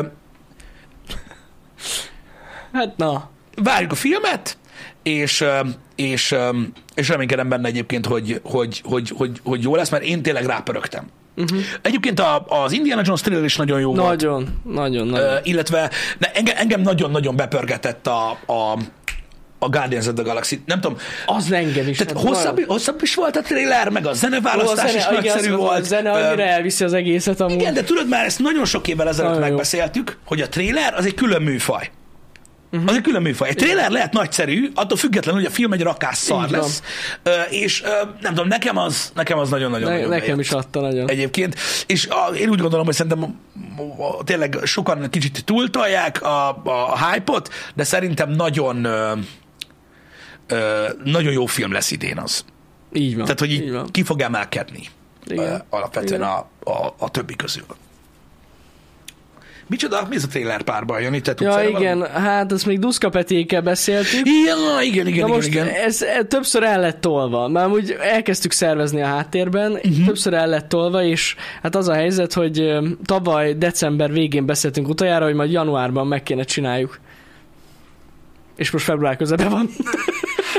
Hát na. Várjuk a filmet, és, és, és reménykedem benne egyébként, hogy, hogy, hogy, hogy, hogy jó lesz, mert én tényleg rápörögtem. Uh-huh. Egyébként a, az Indiana Jones trailer is nagyon jó nagyon, volt. Nagyon, nagyon. Uh, illetve ne, engem, engem nagyon-nagyon bepörgetett a, a, a Guardians of the Galaxy. Nem tudom. Az engem is. Tehát hosszabb, nagyon... hosszabb is volt a trailer, meg a zeneválasztás oh, a zene, is nagyszerű igen, volt. A zene annyira elviszi az egészet amúgy. Igen, de tudod már, ezt nagyon sok évvel ezelőtt nagyon megbeszéltük, jó. hogy a trailer az egy külön műfaj. Uh-huh. Az egy külön műfaj. Egy trailer lehet nagyszerű, attól függetlenül, hogy a film egy rakás szar lesz. Uh, és uh, nem tudom, nekem az, nekem az nagyon-nagyon ne, nagyon Nekem bejött. is adta nagyon. Egyébként. És a, én úgy gondolom, hogy szerintem a, a, tényleg sokan kicsit túltolják a, a hype-ot, de szerintem nagyon uh, uh, nagyon jó film lesz idén az. Így van. Tehát, hogy így, így van. ki fog emelkedni uh, alapvetően a, a, a többi közül. Micsoda? Mi ez a trailer párban, Jani? Te tudsz ja, igen, valami? hát ezt még Duszka Petékkel beszéltük. Ja, igen, igen, Na igen, most igen. Ez, ez többször el lett tolva. Már úgy elkezdtük szervezni a háttérben, uh-huh. többször el lett tolva, és hát az a helyzet, hogy tavaly december végén beszéltünk utoljára, hogy majd januárban meg kéne csináljuk. És most február közepén van.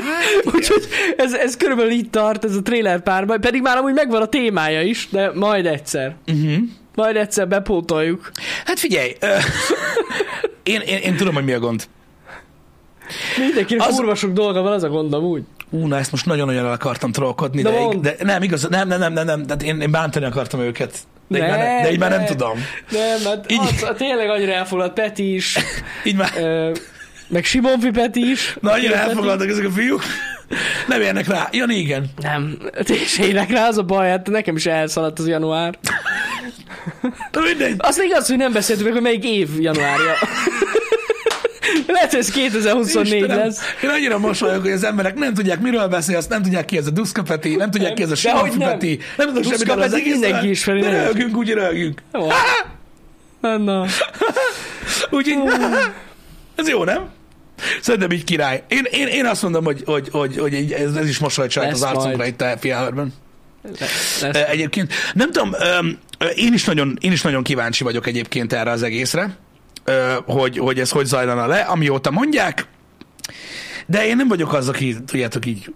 Úgyhogy ez, ez körülbelül így tart, ez a trailer párban, pedig már amúgy megvan a témája is, de majd egyszer. Uh-huh. Majd egyszer bepótoljuk. Hát figyelj, uh, én, én, én tudom, hogy mi a gond. Mindenkinek Az... kurva sok dolga van, az a gondom úgy. Ú, na ezt most nagyon-nagyon el akartam trollkodni, de, de, de nem, igaz, nem, nem, nem, nem, nem, de én, én bántani akartam őket. De, ne, így, már ne, de így ne, már nem tudom. Nem, mert így... az, tényleg annyira elfoglalt Peti is. Így már. Ö, meg Simonfi Peti is. Na, annyira elfoglaltak ezek a fiúk. Nem érnek rá. Jani, igen. Nem, és érnek rá, az a baj, hát nekem is elszaladt az január. De mindegy. Azt igaz, hogy nem beszéltük meg, hogy melyik év januárja. Lehet, hogy ez kétezer-huszonnégy Istenem, lesz. Én annyira mosolyog, hogy az emberek nem tudják, miről beszélsz, nem tudják ki ez a Duszka Peti, nem tudják ki ez a Simonfi Peti, nem tudok semmit az egészben. Mindenki is felé. De röhögünk, úgy röhögünk. Na. Úgyhogy ez jó, nem? Szerintem így király. Én, én, én azt mondom, hogy, hogy, hogy, hogy ez, ez is mosolyt sajt az arcunkra itt a Happy Hour-ben. Egyébként, nem tudom, én is, nagyon, én is nagyon kíváncsi vagyok egyébként erre az egészre, hogy, hogy ez hogy zajlana le, amióta mondják, de én nem vagyok az, aki, tudjátok így,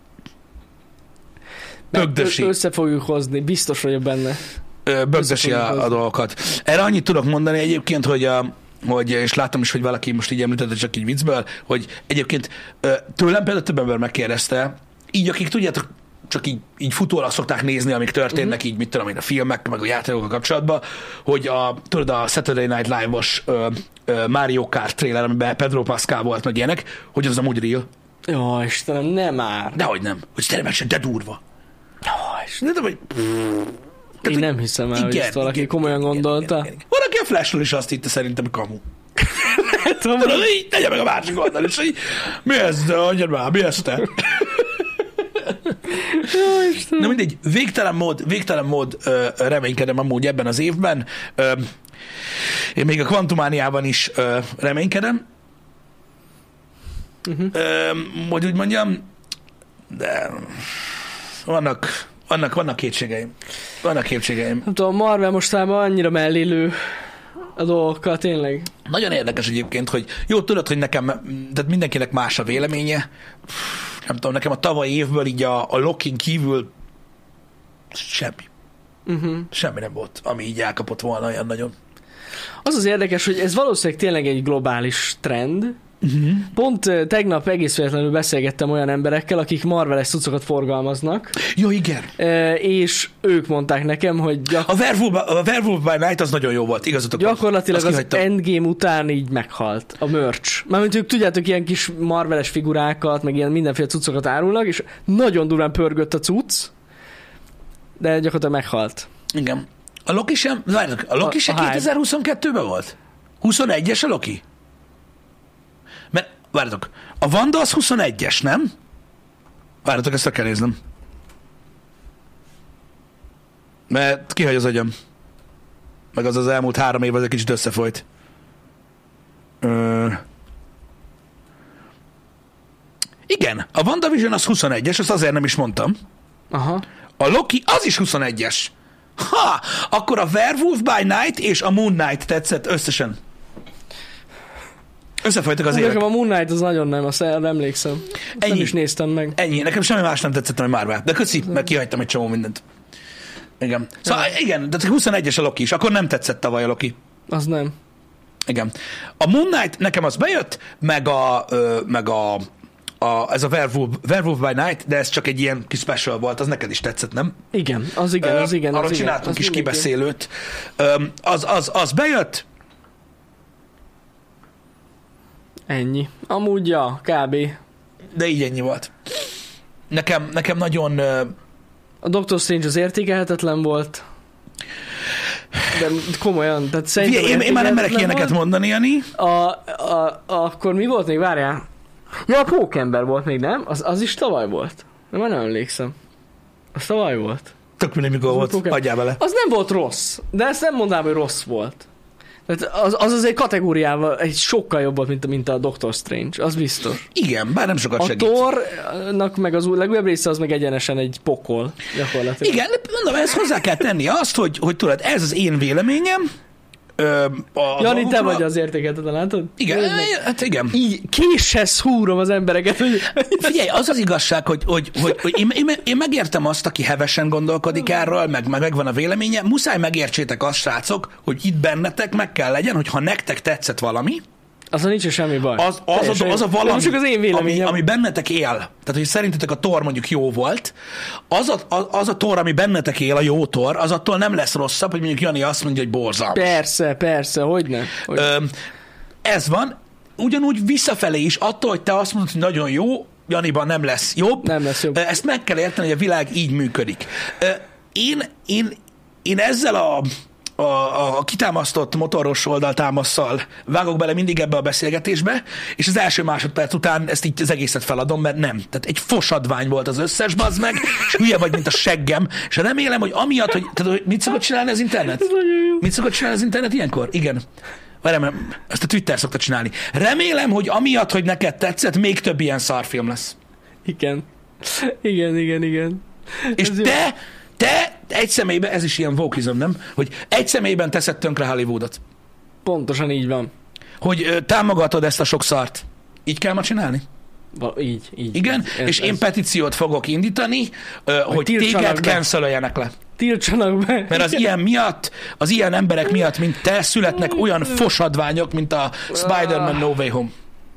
bögdösi. Össze fogjuk hozni, biztos vagyok benne. Bögdösi a, a dolgokat. Erre annyit tudok mondani egyébként, hogy a hogy, és láttam is, hogy valaki most így említette csak így viccből, hogy egyébként tőlem például több ember megkérdezte, így akik tudjátok, csak így, így futólag szokták nézni, amik történnek, uh-huh. így mit tudom én, a filmek, meg a játékokkal kapcsolatban, hogy a, tudod, a Saturday Night Live-os ö, ö, Mario Kart trailer, amiben Pedro Pascal volt, meg ilyenek, hogy az amúgy real. Jó, Istenem, nem már. Dehogy nem. Hogy tényleg de durva. Jó, Istenem. De, de, hogy... Én hogy... nem hiszem el, hogy ezt valaki igen, komolyan igen, gondolta. Igen, igen, igen. Van, aki a Flashról is azt hitte, szerintem kamu. Tudod, így tegye meg a másik oldal, és így, mi ez, de adjad már, mi ez te? Na mindegy, végtelen mód, végtelen mód ö, reménykedem amúgy ebben az évben. Ö, én még a Quantumaniában is ö, reménykedem. Uh-huh. Ö, hogy úgy mondjam, de vannak, vannak, vannak kétségeim. Vannak kétségeim. Nem tudom, Marvel mostában annyira mellélő a dolgokkal, tényleg. Nagyon érdekes egyébként, hogy jó, tudod, hogy nekem, tehát mindenkinek más a véleménye. Nem tudom, nekem a tavalyi évből így a, a Lokin kívül semmi. Uh-huh. Semmi nem volt, ami így elkapott volna olyan nagyon. Az az érdekes, hogy ez valószínűleg tényleg egy globális trend. Uh-huh. Pont uh, tegnap egész véletlenül beszélgettem olyan emberekkel, akik Marvel-es cuccokat forgalmaznak. Jó, igen. Uh, és ők mondták nekem, hogy... Gyakor... A, Werewolf, a Werewolf by Night az nagyon jó volt, igazatok. Gyakorlatilag az Endgame után így meghalt a merch. Mármint ők tudjátok, ilyen kis Marvel-es figurákat, meg ilyen mindenféle cuccokat árulnak, és nagyon durván pörgött a cucc, de gyakorlatilag meghalt. Igen. A Loki sem, várjátok, a Loki sem kétezer-huszonkettőben volt? huszonegyes a Loki? Mert, várjátok, a Wanda az huszonegyes, nem? Várjátok, ezt kell néznem. Mert kihagy az agyam. Meg az az elmúlt három év az egy kicsit összefolyt. Ö... Igen, a WandaVision az huszonegyes, azt azért nem is mondtam. Aha. A Loki az is huszonegyes. Ha! Akkor a Werewolf by Night és a Moon Knight tetszett összesen. Összefolytak az évek. Nekem a Moon Knight az nagyon nem, azt emlékszem. Azt nem is néztem meg. Ennyi. Nekem semmi más nem tetszett, ami Marvel. De köszi, mert kihagytam egy csomó mindent. Igen. Szóval ja. Igen, de huszonegyes a Loki is. Akkor nem tetszett tavaly a Loki. Az nem. Igen. A Moon Knight nekem az bejött, meg a, ö, meg a, a ez a Werewolf, Werewolf by Night, de ez csak egy ilyen kis special volt, az neked is tetszett, nem? Igen, az igen, az igen. Arra az csináltunk igen, kis kibeszélőt. Ö, az, az, az bejött. Ennyi. Amúgy ja, kb. De így ennyi volt. Nekem, nekem nagyon... A Doctor Strange az értékelhetetlen volt. De komolyan, tehát szerintem... Én, én már nem merek ilyeneket mondani, Jani. A, a, a, akkor mi volt még? Várjál. Ja, a Pókember volt még, nem? Az, az is tavaly volt. Nem, már nem emlékszem. Az tavaly volt. Tök mindegy, mikor volt. Pókember. Adjál bele. Az nem volt rossz. De ezt nem mondanám, hogy rossz volt. Tehát az, az azért kategóriával egy sokkal jobb volt, mint a, mint a Doctor Strange, az biztos. Igen, bár nem sokat a segít. A Thornak meg az új legújabb része az meg egyenesen egy pokol, gyakorlatilag. Igen, mondom, ezt hozzá kell tenni azt, hogy, hogy tudod, ez az én véleményem, ö, a Jani, te dolgokra. vagy az értékeltetlen, látod? Igen, hát igen. Így késhez húrom az embereket, hogy... Figyelj, az az igazság, hogy, hogy, hogy, hogy én, én, én megértem azt, aki hevesen gondolkodik erről, meg, meg megvan a véleménye. Muszáj megértsétek azt, srácok, hogy itt bennetek meg kell legyen, hogy ha nektek tetszett valami, azon nincs semmi baj. Az, az, a, az a valami, csak az én ami, ami bennetek él, tehát hogy szerintetek a tor mondjuk jó volt, az a, az a tor, ami bennetek él, a jó tor, az attól nem lesz rosszabb, hogy mondjuk Jani azt mondja, hogy borzalmas. Persze, persze, hogyne. hogyne. Ö, ez van, ugyanúgy visszafelé is, attól, hogy te azt mondod, hogy nagyon jó, Janiban nem lesz jobb. Nem lesz jobb. Ezt meg kell érteni, hogy a világ így működik. Én, én, én ezzel a A, a kitámasztott motoros oldaltámasszal vágok bele mindig ebbe a beszélgetésbe, és az első másodperc után ezt így az egészet feladom, mert nem. Tehát egy fosadvány volt az összes, bazd meg, és hülye vagy, mint a seggem, és remélem, hogy amiatt, hogy, tehát, hogy mit szokott csinálni az internet? Mit szokott csinálni az internet ilyenkor? Igen. Várjám, ezt a Twitter szokta csinálni. Remélem, hogy amiatt, hogy neked tetszett, még több ilyen szarfilm lesz. Igen. Igen, igen, igen. És Ez te, jó. te egy személyben, ez is ilyen vókizom, nem? Hogy egy személyben teszed tönkre Hollywoodot. Pontosan így van. Hogy ö, támogatod ezt a sok szart. Így kell ma csinálni? Val- így, így. Igen, ez, és ez, én petíciót fogok indítani, ö, hogy téged be. cancelöljenek le. Tiltsanak be. Mert az ilyen miatt, az ilyen emberek miatt, mint te, születnek olyan fosadványok, mint a Spider-Man No Way Home.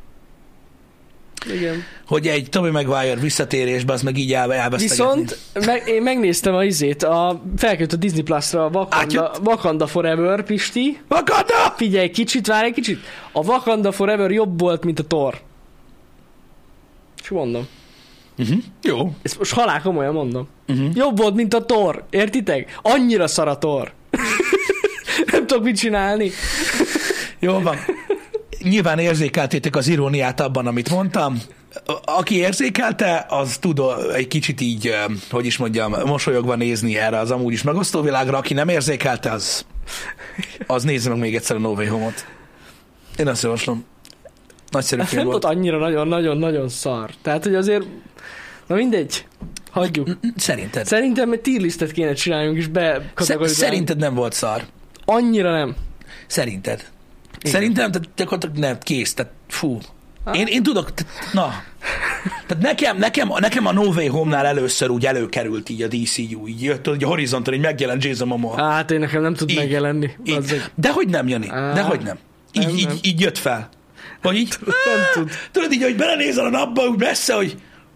Igen. Hogy egy Tobey Maguire visszatérésbe, az meg így el, elvesztegetni. Viszont meg, én megnéztem a izét, a, felkerült a Disney Plus-ra a Wakanda, Wakanda Forever, Pisti. Wakanda! Figyelj, kicsit, várj egy kicsit. A Wakanda Forever jobb volt, mint a Thor. És mondom. Uh-huh. Jó. Ezt most halál komolyan mondom. Uh-huh. Jobb volt, mint a Thor. Értitek? Annyira szar a Thor. Nem tudok mit csinálni. Jó van. Nyilván érzékeltétek az iróniát abban, amit mondtam. Aki érzékelte, az tud egy kicsit így, hogy is mondjam, mosolyogva nézni erre az amúgy is megosztó világra. Aki nem érzékelte, az, az nézze meg még egyszer a No Way Home-ot. Én azt javaslom. Nagyszerű Ez film nem volt. volt annyira nagyon-nagyon-nagyon szar. Tehát, hogy azért, na mindegy, hagyjuk. Szerinted? Szerintem egy tier listet kéne csináljunk és bekategorizálni. Szerinted nem volt szar? Annyira nem. Szerinted? Igen. Szerintem, tehát gyakorlatilag nem, kész, tehát fú. Én, én tudok, tehát, na. Tehát nekem, nekem, nekem a No Way Home-nál először úgy előkerült így a dé cé u, így jött, hogy a horizonton, így megjelent Jason Momoa. Hát én nekem nem tud Így, megjelenni. Így. Dehogy nem, Jani, Á, dehogy nem. Így, nem, így, nem. így jött fel. Hogy így, Nem tud. tudod így, hogy belenézel a napba, úgy messze, hogy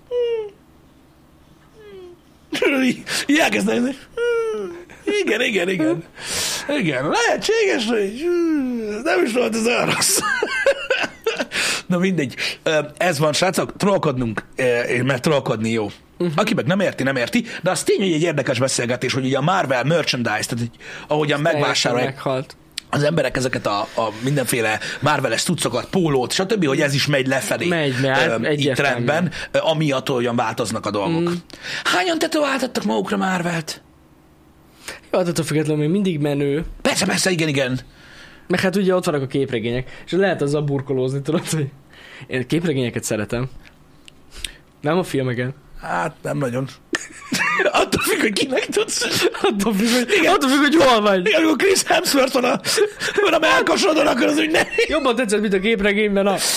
tudod így, így elkezd nézni. Igen, igen, igen. Igen, lehetséges, hogy nem is volt ez olyan rossz. Na mindegy. Ez van, srácok, trollkodnunk, mert trollkodni jó. Uh-huh. Aki meg nem érti, nem érti, de az tény, hogy egy érdekes beszélgetés, hogy ugye a Marvel merchandise, tehát hogy ahogyan megvásárolják Meghalt. az emberek ezeket a, a mindenféle Marvel-es cuccokat, pólót, stb., hogy ez is megy lefelé. Megy, mert ö, így trendben, ö, amiatt olyan változnak a dolgok. Mm. Hányan tetováltattak magukra Marvelt? Jó, hát attól függetlenül még mindig menő. Persze, persze, igen, igen. Meg hát ugye ott vannak a képregények, és lehet azzal burkolózni, tudod, hogy én a képregényeket szeretem. Nem a filmeken. Hát nem nagyon. Attól függ, hogy kinek tudsz. Attól függ, hogy, attól függ, hogy hol vagy. Igen, amikor Chris Hemsworth van a, van a melkasodon, akkor az úgy ne. Jobban tetszett, mint a képregényben a...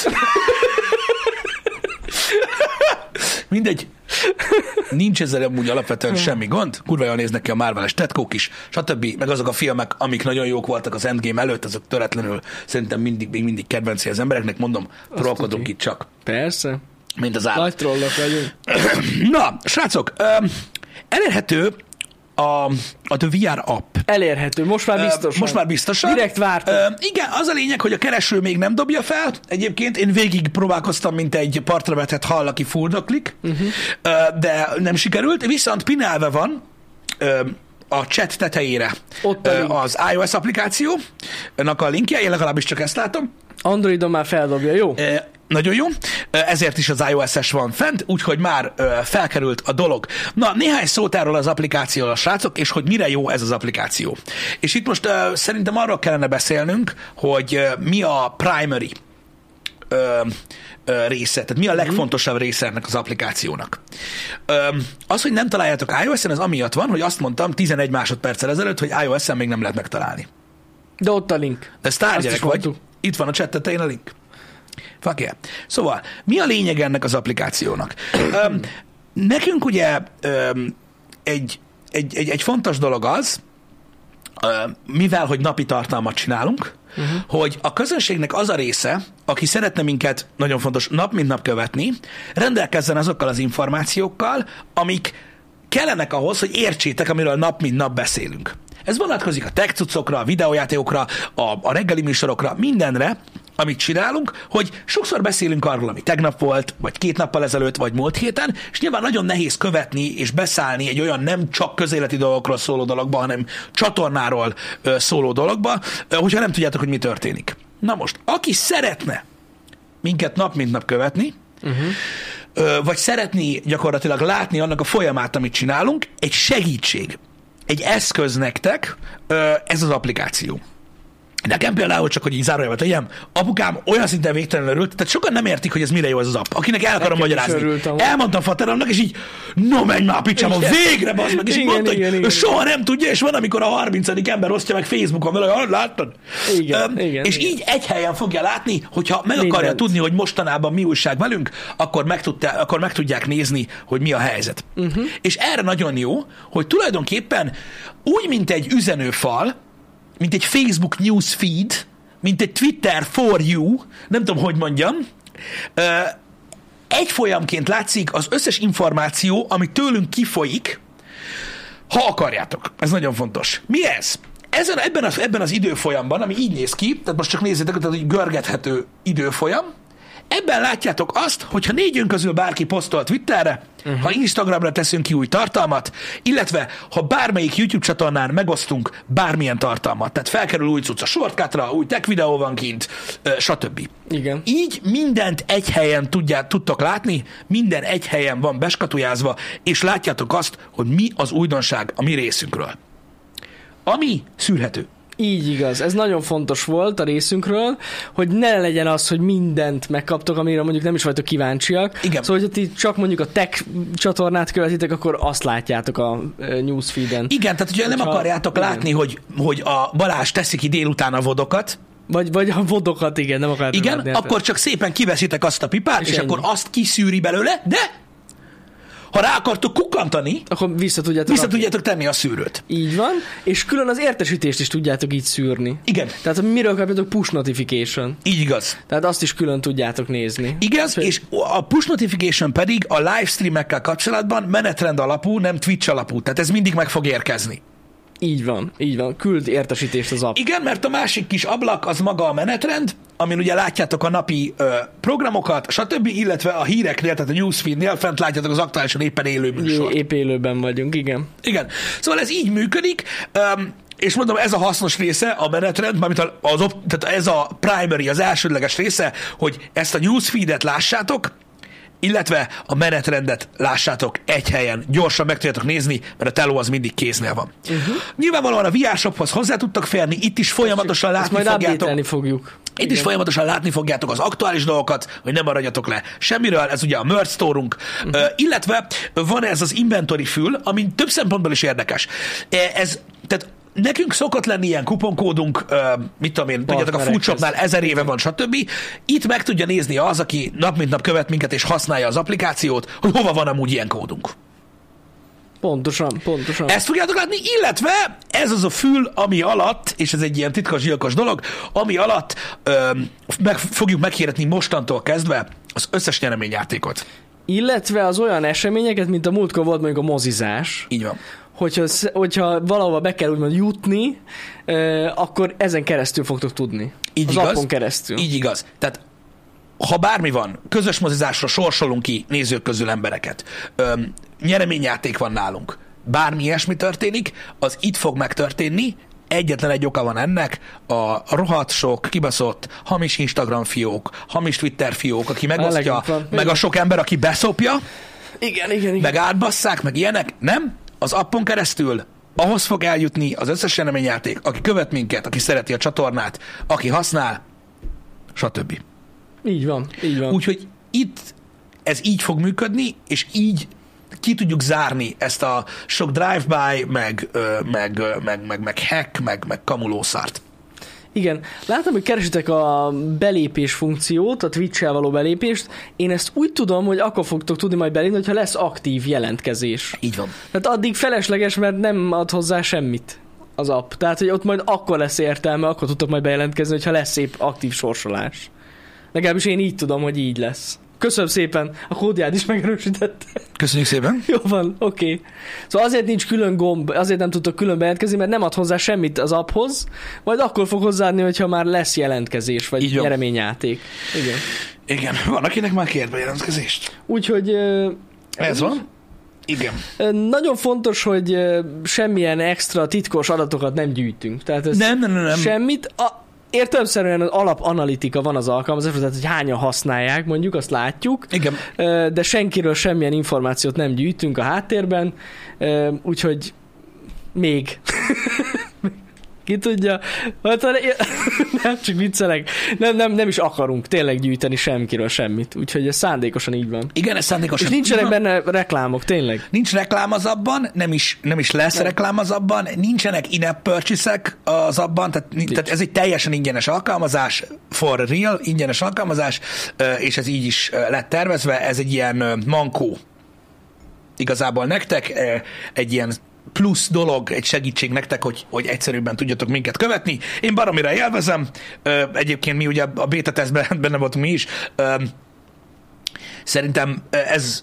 Mindegy. Nincs ezzel amúgy alapvetően semmi gond. Kurva jól néznek ki a Marvel-es tetkók is, stb. Meg azok a filmek, amik nagyon jók voltak az Endgame előtt, azok töretlenül szerintem mindig, még mindig kedvenci az embereknek. Mondom, trollkodunk itt csak. Persze. Mint az állat. Nagy trollok vagyunk. Na, srácok, um, elérhető a, a The vé er app. Elérhető, most már biztosan. Uh, most már biztosan. Direkt vártam. Uh, igen, az a lényeg, hogy a kereső még nem dobja fel. Egyébként én végig próbálkoztam, mint egy partra vetett hal, aki fuldoklik, uh-huh. uh, de nem sikerült. Viszont pinelve van uh, a chat tetejére Ott a uh, az iOS applikációnak a linkje, én legalábbis csak ezt látom. Androidon már feldobja, jó? Uh, Nagyon jó, ezért is az iOS-es van fent, úgyhogy már ö, felkerült a dolog. Na, néhány szót erről az applikációról, srácok, és hogy mire jó ez az applikáció. És itt most ö, szerintem arról kellene beszélnünk, hogy ö, mi a primary ö, ö, része, tehát mi a legfontosabb része ennek az applikációnak. Ö, az, hogy nem találjátok iOS-en, az amiatt van, hogy azt mondtam tizenegy másodperccel ezelőtt, hogy iOS-en még nem lehet megtalálni. De ott a link. De sztárgyerek vagy. Mondtuk. Itt van a chat tetején a link. Fuck yeah. Szóval, mi a lényeg ennek az applikációnak? um, nekünk ugye um, egy, egy, egy, egy fontos dolog az, uh, mivel, hogy napi tartalmat csinálunk, uh-huh. hogy a közönségnek az a része, aki szeretne minket, nagyon fontos, nap mint nap követni, rendelkezzen azokkal az információkkal, amik kellenek ahhoz, hogy értsétek, amiről nap mint nap beszélünk. Ez vonatkozik a tech cuccokra, a videójátékokra, a, a reggeli műsorokra, mindenre, amit csinálunk, hogy sokszor beszélünk arról, ami tegnap volt, vagy két nappal ezelőtt, vagy múlt héten, és nyilván nagyon nehéz követni és beszállni egy olyan nem csak közéleti dolgokról szóló dologba, hanem csatornáról ö, szóló dologba, ö, hogyha nem tudjátok, hogy mi történik. Na most, aki szeretne minket nap mint nap követni, uh-huh. ö, vagy szeretné gyakorlatilag látni annak a folyamát, amit csinálunk, egy segítség, egy eszköz nektek, ö, ez az applikáció. Nekem például csak, hogy így zárójelbe tegyem, apukám olyan szinten végtelenül örült, tehát sokan nem értik, hogy ez mire jó ez az app. Akinek el akarom magyarázni. Elmondtam fateromnak, és így, no menj már, picsám, végre bazd meg, és így mondta, igen, hogy igen, soha nem tudja, és van, amikor a harmincadik ember osztja meg Facebookon vele, hogy láttad? Igen, um, igen, és igen. így egy helyen fogja látni, hogyha meg akarja Mindent. tudni, hogy mostanában mi újság velünk, akkor meg, tudta, akkor meg tudják nézni, hogy mi a helyzet. Uh-huh. És erre nagyon jó, hogy tulajdonképpen úgy, mint egy üzenőfal, mint egy Facebook newsfeed, mint egy Twitter for you, nem tudom, hogy mondjam, egy folyamként látszik az összes információ, ami tőlünk kifolyik, ha akarjátok. Ez nagyon fontos. Mi ez? Ezen, ebben, az, ebben az időfolyamban, ami így néz ki, tehát most csak nézzétek, tehát egy görgethető időfolyam, ebben látjátok azt, hogyha négyünk közül bárki posztol Twitterre, uh-huh. ha Instagramra teszünk ki új tartalmat, illetve ha bármelyik YouTube csatornán megosztunk bármilyen tartalmat, tehát felkerül új cucc a shortcutra, új tech videó van kint, stb. Igen. Így mindent egy helyen tudját, tudtok látni, minden egy helyen van beskatujázva, és látjátok azt, hogy mi az újdonság a mi részünkről. Ami szűrhető. Így igaz. Ez nagyon fontos volt a részünkről, hogy ne legyen az, hogy mindent megkaptok, amire mondjuk nem is vagytok kíváncsiak. Igen. Szóval, hogyha ti csak mondjuk a tech csatornát követitek, akkor azt látjátok a newsfeeden. Igen, tehát hogyha nem akarjátok igen. látni, hogy, hogy a Balázs teszi ki délután a vodokat, Vagy, vagy a vodokat, igen, nem akarjátok igen, látni. akkor csak szépen kiveszitek azt a pipát, és, és akkor azt kiszűri belőle, de ha rá akartok kukkantani, akkor vissza tudjátok, vissza tudjátok tenni a szűrőt. Így van, és külön az értesítést is tudjátok így szűrni. Igen. Tehát miről kapjátok push notification. Így igaz. Tehát azt is külön tudjátok nézni. Igaz, Fő... és a push notification pedig a livestreamekkel kapcsolatban menetrend alapú, nem Twitch alapú. Tehát ez mindig meg fog érkezni. Így van, így van. Küld értesítést az app. Igen, mert a másik kis ablak az maga a menetrend, amin ugye látjátok a napi ö, programokat, stb., illetve a híreknél, tehát a newsfeednél fent látjátok az aktuálisan éppen élő műsort. Épp élőben vagyunk, igen. Igen. Szóval ez így működik, um, és mondom, ez a hasznos része a menetrend, mármint az, tehát ez a primary, az elsődleges része, hogy ezt a newsfeedet lássátok, illetve a menetrendet lássátok egy helyen. Gyorsan meg tudjátok nézni, mert a teló az mindig kéznél van. Uh-huh. Nyilvánvalóan a vé er shophoz hozzá tudtak férni, itt is folyamatosan látni majd fogjátok. fogjuk. Itt Igen. is folyamatosan látni fogjátok az aktuális dolgokat, hogy ne maradjatok le semmiről, ez ugye a merch store-unk, uh-huh. uh, illetve van ez az inventory fül, ami több szempontból is érdekes. Ez, tehát nekünk szokott lenni ilyen kuponkódunk, uh, mit tudom én, tudjátok, a foodshopnál ezer éve van, stb. Itt meg tudja nézni az, aki nap mint nap követ minket és használja az applikációt, hogy hova van amúgy ilyen kódunk. Pontosan, pontosan. Ezt fogjátok látni, illetve ez az a fül, ami alatt, és ez egy ilyen titkos gyilkos dolog, ami alatt ö, meg, fogjuk meghirdetni mostantól kezdve az összes nyereményjátékot. Illetve az olyan eseményeket, mint a múltkor volt mondjuk a mozizás. Így van. Hogyha, hogyha valahova be kell úgymond jutni, akkor ezen keresztül fogtok tudni. Így az igaz. appon keresztül. Így igaz. Tehát ha bármi van, közös mozizásra sorsolunk ki nézők közül embereket, öm, nyereményjáték van nálunk, bármi ilyesmi történik, az itt fog megtörténni, egyetlen egy oka van ennek, a rohadt sok, kibaszott, hamis Instagram fiók, hamis Twitter fiók, aki megosztja, meg a sok ember, aki beszopja, igen, igen, igen. meg átbasszák, meg ilyenek, nem? Az appon keresztül ahhoz fog eljutni az összes nyereményjáték, aki követ minket, aki szereti a csatornát, aki használ, stb. Így van, így van. Úgyhogy itt ez így fog működni, és így ki tudjuk zárni ezt a sok drive-by, meg, meg, meg, meg, meg hack, meg, meg kamulószart. Igen. Látom, hogy keresitek a belépés funkciót, a Twitch-el való belépést. Én ezt úgy tudom, hogy akkor fogtok tudni majd belépni, hogyha lesz aktív jelentkezés. Így van. Tehát addig felesleges, mert nem ad hozzá semmit az app. Tehát, hogy ott majd akkor lesz értelme, akkor tudtok majd bejelentkezni, hogyha lesz szép aktív sorsolás. Legalábbis én így tudom, hogy így lesz. Köszönöm szépen, a kódját is megerősítette. Köszönjük szépen. Jó van, oké. Okay. Szóval azért nincs külön gomb, azért nem tudtok külön bejelentkezni, mert nem ad hozzá semmit az apphoz, majd akkor fog hozzáadni, hogyha már lesz jelentkezés, vagy nyereményjáték. Igen. Igen, van, akinek már kért bejelentkezést. Úgyhogy... Ez, ez van? Igen. Nagyon fontos, hogy semmilyen extra titkos adatokat nem gyűjtünk. Tehát ez nem, nem, nem, nem. Semmit. A, értelemszerűen az alapanalitika van az alkalmazásban, tehát hogy hányan használják, mondjuk, azt látjuk. Igen. De senkiről semmilyen információt nem gyűjtünk a háttérben, úgyhogy még... Ki tudja? Hát, nem, csak viccelek. Nem, nem, nem is akarunk tényleg gyűjteni semkiről semmit. Úgyhogy ez szándékosan így van. Igen, ez szándékosan. És nincsenek benne reklámok, tényleg. Nincs reklám az abban, nem is, nem is lesz nem. reklám az abban, nincsenek in-app purchase-ek az abban, tehát, tehát ez egy teljesen ingyenes alkalmazás, for real, ingyenes alkalmazás, és ez így is lett tervezve, ez egy ilyen mankó igazából nektek, egy ilyen plusz dolog, egy segítség nektek, hogy, hogy egyszerűbben tudjatok minket követni. Én baromira élvezem. Egyébként mi ugye a beta tesztben benne voltunk mi is. Szerintem ez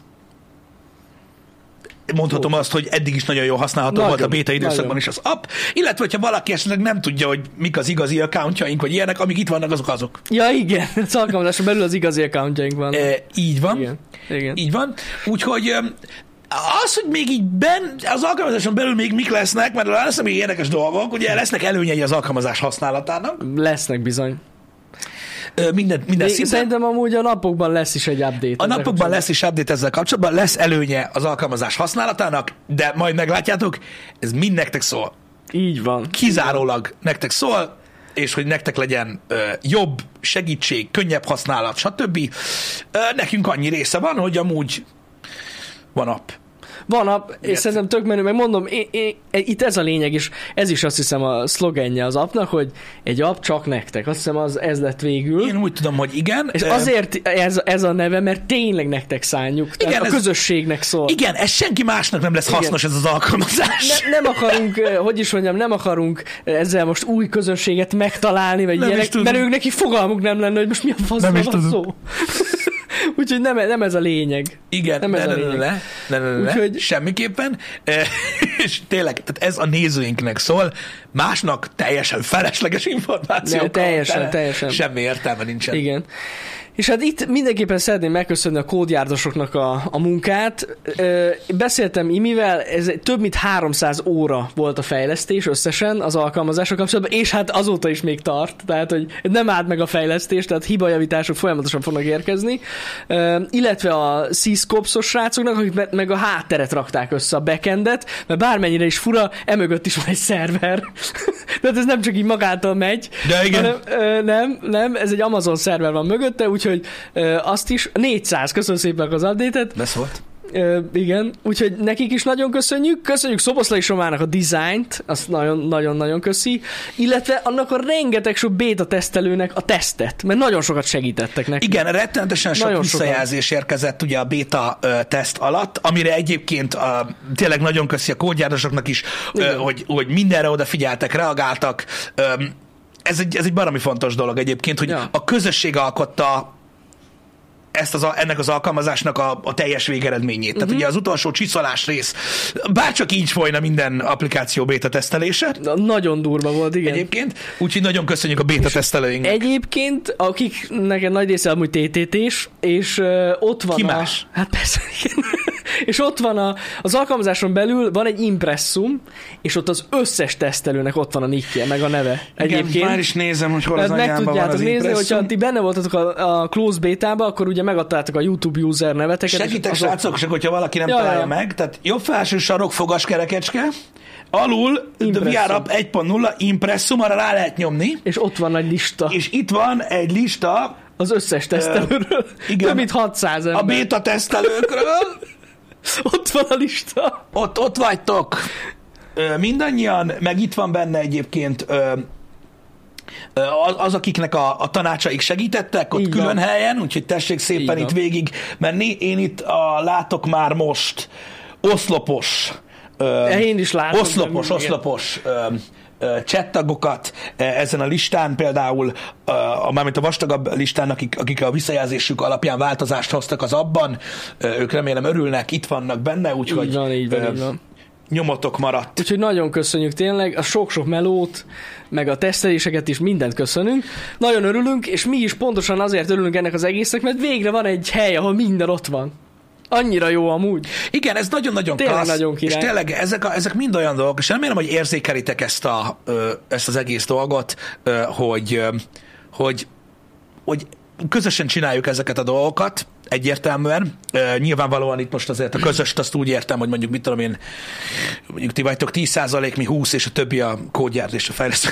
mondhatom azt, hogy eddig is nagyon jól használható nagyon, volt a beta időszakban nagyon. Is az app, illetve hogyha valaki esetleg nem tudja, hogy mik az igazi accountjaink, vagy ilyenek, amik itt vannak, azok azok. Ja, igen, az alkalmazáson belül az igazi accountjaink vannak. E, így van. Igen. Igen. Így van. Úgyhogy az, hogy még így ben, az alkalmazáson belül még mik lesznek, mert lesznek még érdekes dolgok, ugye lesznek előnyei az alkalmazás használatának. Lesznek bizony. Minden, minden szinten. Szerintem amúgy a napokban lesz is egy update. A napokban lesz is update ezzel kapcsolatban, lesz előnye az alkalmazás használatának, de majd meglátjátok, ez mind nektek szól. Így van. Kizárólag nektek szól, és hogy nektek legyen ö, jobb segítség, könnyebb használat, stb. Ö, nekünk annyi része van, hogy amúgy van app. Van app, és igen. Szerintem tök menő, meg mondom, én, én, itt ez a lényeg, és ez is azt hiszem a szlogenje az appnak, hogy egy app csak nektek. Azt hiszem az ez lett végül. Én úgy tudom, hogy igen. És azért ez, ez a neve, mert tényleg nektek szánjuk. Igen, tehát a ez, közösségnek szól. Igen, ez senki másnak nem lesz hasznos, igen. Ez az alkalmazás. Ne, nem akarunk, hogy is mondjam, nem akarunk ezzel most új közösséget megtalálni, vagy nem ilyenek, mert ők neki fogalmuk nem lenne, hogy most mi a faszban van szó. Úgyhogy nem, nem ez a lényeg. Igen, nem ne, ez ne, a lényeg. Ne, ne, ne, ne, Úgyhogy... semmiképpen. És tényleg, tehát ez a nézőinknek szól, másnak teljesen felesleges információkkal. Teljesen, teljesen. Semmi értelme nincsen. Igen. És hát itt mindenképpen szeretném megköszönni a kódjárdosoknak a, a munkát. Beszéltem Imivel, ez több mint háromszáz óra volt a fejlesztés összesen az alkalmazásra kapcsolatban, és hát azóta is még tart, tehát hogy nem állt meg a fejlesztés, tehát hibajavítások folyamatosan fognak érkezni. Illetve a C-Scopes-os srácoknak, akik meg a hátteret rakták össze, a backendet, mert bármennyire is fura, emögött is van egy szerver. Tehát ez nem csak így magától megy. De igen. Hanem, nem, nem, ez egy Amazon szerver van mögötte, úgyhogy azt is négyszáz, köszönöm szépen az update-et. Beszólt. Uh, igen, úgyhogy nekik is nagyon köszönjük. Köszönjük Szoboszlai Somának a dizájnt, azt nagyon-nagyon-nagyon köszi. Illetve annak a rengeteg sok beta tesztelőnek a tesztet, mert nagyon sokat segítettek nekik. Igen, rettenetesen sok nagyon visszajelzés sokat. Érkezett ugye a beta uh, teszt alatt, amire egyébként uh, tényleg nagyon köszi a kódjárdosoknak is, uh, hogy, hogy mindenre odafigyeltek, reagáltak. Um, ez, egy, ez egy baromi fontos dolog egyébként, hogy ja. A közösség alkotta ezt az, ennek az alkalmazásnak a, a teljes végeredményét. Uh-huh. Tehát ugye az utolsó csiszolás rész, bárcsak így folyna minden applikáció beta tesztelése. Nagyon durva volt, igen. Egyébként, úgyhogy nagyon köszönjük a beta tesztelőinknek. Egyébként, akik neked nagy része amúgy té té té-s, és uh, ott van Ki a... más? Hát persze, igen. És ott van a, az alkalmazáson belül van egy impresszum, és ott az összes tesztelőnek ott van a nickje, meg a neve. Egyébként. Igen, már is nézem, hogy hol az anyámban van az nézni, hogyha ti benne voltatok a, a close beta-ba, akkor ugye megadtátok a YouTube user neveteket. Segítek, srácok, csak hogyha valaki nem ja, találja ja. meg. Tehát jobb felső sarok, fogaskerekecske, alul The vé er App egy pont nulla impresszum, arra rá lehet nyomni. És ott van egy lista. És itt van egy lista. Az összes tesztelőről. Uh, igen. Több mint hatszáz ember. A beta tesztelőkről. Ott van a lista. Ott, ott vagytok ö, mindannyian, meg itt van benne egyébként ö, az, az akiknek a, a tanácsaik segítettek, ott Így külön van. helyen, úgyhogy tessék szépen Így itt van. végig menni. Én itt a, látok már most oszlopos, ö, Én is látom. oszlopos, igen. oszlopos ö, ö, chattagokat ezen a listán, például ö, a, mármint a vastagabb listán, akik, akik a visszajelzésük alapján változást hoztak az abban, ö, ők remélem örülnek, itt vannak benne, úgyhogy Így van, így van, ö, így van. nyomotok maradt. Úgyhogy nagyon köszönjük tényleg, a sok-sok melót, meg a teszteléseket is, mindent köszönünk. Nagyon örülünk, és mi is pontosan azért örülünk ennek az egésznek, mert végre van egy hely, ahol minden ott van. Annyira jó amúgy. Igen, ez nagyon-nagyon Tényleg klassz, nagyon és király. tényleg ezek, a, ezek mind olyan dolgok, és remélem, hogy érzékelitek ezt, a, ö, ezt az egész dolgot, ö, hogy, ö, hogy, hogy közösen csináljuk ezeket a dolgokat, egyértelműen. Uh, nyilvánvalóan itt most azért a közöst azt úgy értem, hogy mondjuk mit tudom én, mondjuk ti vagytok tíz százalék, mi húsz, és a többi a kódgyárt és a fejlesztő.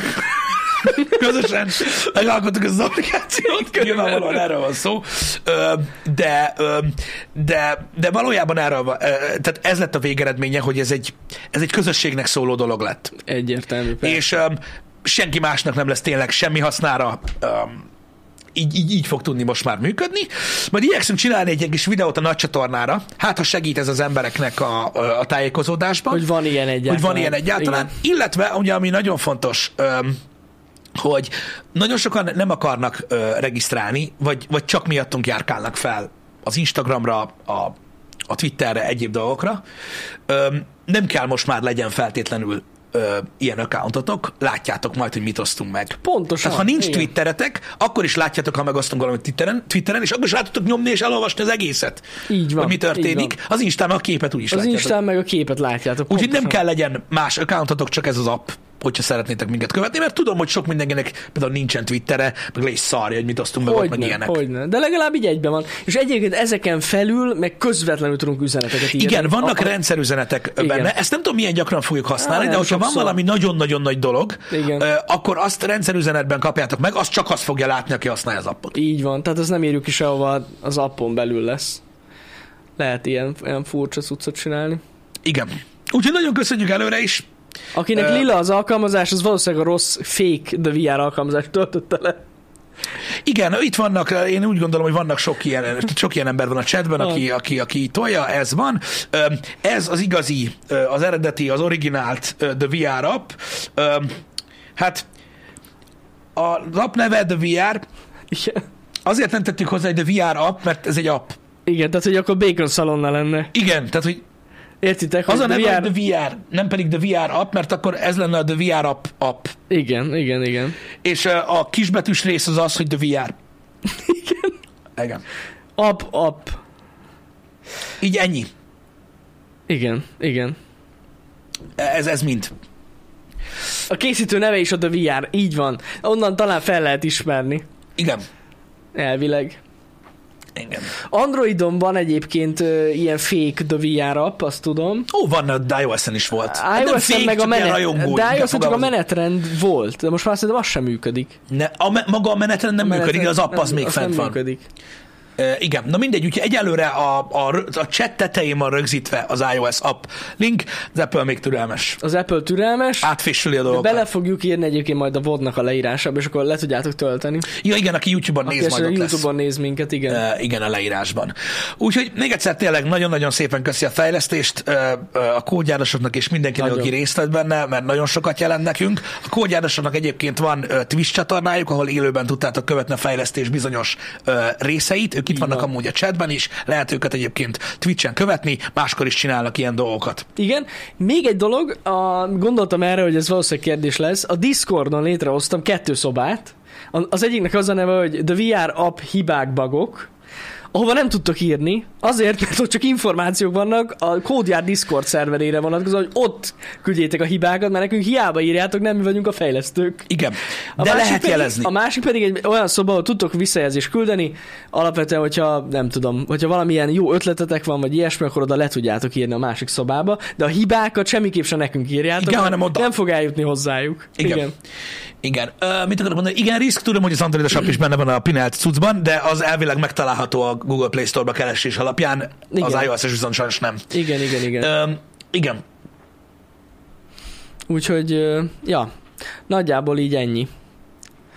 Közösen megalkottuk ezt az applikációt, nyilvánvalóan erről van szó, Ö, de, ö, de, de valójában erről van, ö, tehát ez lett a végeredménye, hogy ez egy, ez egy közösségnek szóló dolog lett. Egyértelmű. persze. És ö, senki másnak nem lesz tényleg semmi hasznára, ö, így, így, így fog tudni most már működni. Majd igyekszünk csinálni egy kis videót a nagy csatornára, hát ha segít ez az embereknek a, a tájékozódásban. Hogy van ilyen egyáltalán. Hogy van ilyen egyáltalán. Igen. Illetve, ugye, ami nagyon fontos, öm, hogy nagyon sokan nem akarnak ö, regisztrálni, vagy, vagy csak miattunk járkálnak fel az Instagramra, a, a Twitterre, egyéb dolgokra. Öm, nem kell most már legyen feltétlenül ö, ilyen accountotok, látjátok majd, hogy mit osztunk meg. Pontosan. Tehát ha nincs igen. Twitteretek, akkor is látjátok, ha megosztunk valamit Twitteren, Twitteren, és akkor is látjátok nyomni és elolvasni az egészet. Így van, Hogy mi így történik. Az Instán a képet úgy is Az látjátok. Instán meg a képet látjátok. Úgyhogy nem pontosan. kell legyen más accountotok, csak ez az app, hogyha szeretnétek minket követni, mert tudom, hogy sok mindenkinek például nincsen Twittere, meg le is szarja, hogy mit osztunk meg ott, meg Hogyne, ilyenek. hogyne. De legalább így egyben van. És egyébként ezeken felül meg közvetlenül tudunk üzeneteket írni. Igen, vannak A- rendszerüzenetek Igen. benne. Ezt nem tudom, milyen gyakran fogjuk használni, Á, de nem hogyha van sokszor. valami nagyon-nagyon nagy dolog, Igen. ö, akkor azt rendszerüzenetben kapjátok meg, azt csak azt fogja látni, aki használja az appot. Így van, tehát az nem írjuk is, ahova az appon belül lesz. Lehet ilyen, ilyen furcsa cuccot csinálni. Igen. Úgyhogy nagyon köszönjük előre is. Akinek Ö- lila az alkalmazás, az valószínűleg a rossz fake The vé er alkalmazást töltötte le. Igen, itt vannak, én úgy gondolom, hogy vannak sok ilyen, sok ilyen ember van a chatben, aki, Van. aki, aki tolja, ez van. Ö, Ez az igazi, ö, az eredeti, az originált ö, The vé er app. Ö, Hát az app neve The vé er, Igen. azért nem tettük hozzá, hogy The vé er app, mert ez egy app. Igen, tehát hogy akkor Bacon szalonna lenne. Igen, tehát hogy Értitek? az a hogy neve, vé er... hogy The vé er, nem pedig The vé er app, mert akkor ez lenne a The vé er app, app. Igen, igen, igen. És ö, a kisbetűs rész az az, hogy The vé er. Igen. Igen. App, app. Így ennyi. Igen, igen. Ez, ez mind. A készítő neve is a The vé er, így van. Onnan talán fel lehet ismerni. Igen. Elvileg. Igen. Androidon van egyébként uh, ilyen fake The vé er app, azt tudom. Ó, van, de iOS-en is volt. Hát nem iOS-en fake, meg a csak ilyen menet, rajongó, de inkább iOS-en csak a fogalmazok. menetrend volt, de most már szerintem az sem működik. Ne, a me, maga a menetrend nem A működik, de az app az nem- még az fent nem van. működik. E, igen, na mindegy, úgyhogy egyelőre a, a, a chat tetején van rögzítve az iOS app link, az Apple még türelmes. Az Apple türelmes, Átfésüli a de dolgokat. bele fogjuk írni egyébként majd a vodnak a leírásába, és akkor le tudjátok tölteni. Ja, igen, aki YouTube-on Aki néz, majd esetleg ott lesz. YouTube-on néz minket, igen. E, igen, a leírásban. Úgyhogy még egyszer tényleg nagyon-nagyon szépen köszi a fejlesztést e, e, a kódjárosoknak és mindenkinek, Nagyon. aki részt vett benne, mert nagyon sokat jelent nekünk. A kódjárosoknak egyébként van e, Twitch csatornájuk, ahol élőben tudtátok követni a fejlesztés bizonyos e, részeit. Ők itt Így vannak van. amúgy a chatben is, lehet őket egyébként Twitchen követni, máskor is csinálnak ilyen dolgokat. Igen. Még egy dolog, a, gondoltam erre, hogy ez valószínűleg kérdés lesz. A Discordon létrehoztam kettő szobát. A- Az egyiknek az a neve, hogy The vé er App hibák, bugok, ahova nem tudtok írni, azért, mert ott csak információk vannak a Kódjár Discord szerverére vonatkozóan, hogy ott küldjétek a hibákat, mert nekünk hiába írjátok, nem mi vagyunk a fejlesztők. Igen, A de másik lehet pedig, jelezni. A másik pedig egy olyan szoba, ahol tudtok visszajelzést küldeni, alapvetően, hogyha nem tudom, hogyha valamilyen jó ötletetek van, vagy ilyesmi, akkor oda le tudjátok írni a másik szobába, de a hibákat semmiképp sem nekünk írjátok, Igen, mert hanem oda. nem fog eljutni hozzájuk. Igen. Igen. Igen. Uh, mit akarok mondani? Igen, risk, tudom, hogy az Androidos app is benne van a Pinelt cuccban, de az elvileg megtalálható a Google Play Store-ba keresés alapján, Igen. az iOS-es viszont sajnos nem. Igen, igen, igen. Uh, igen. Úgyhogy, ö, ja, nagyjából így ennyi.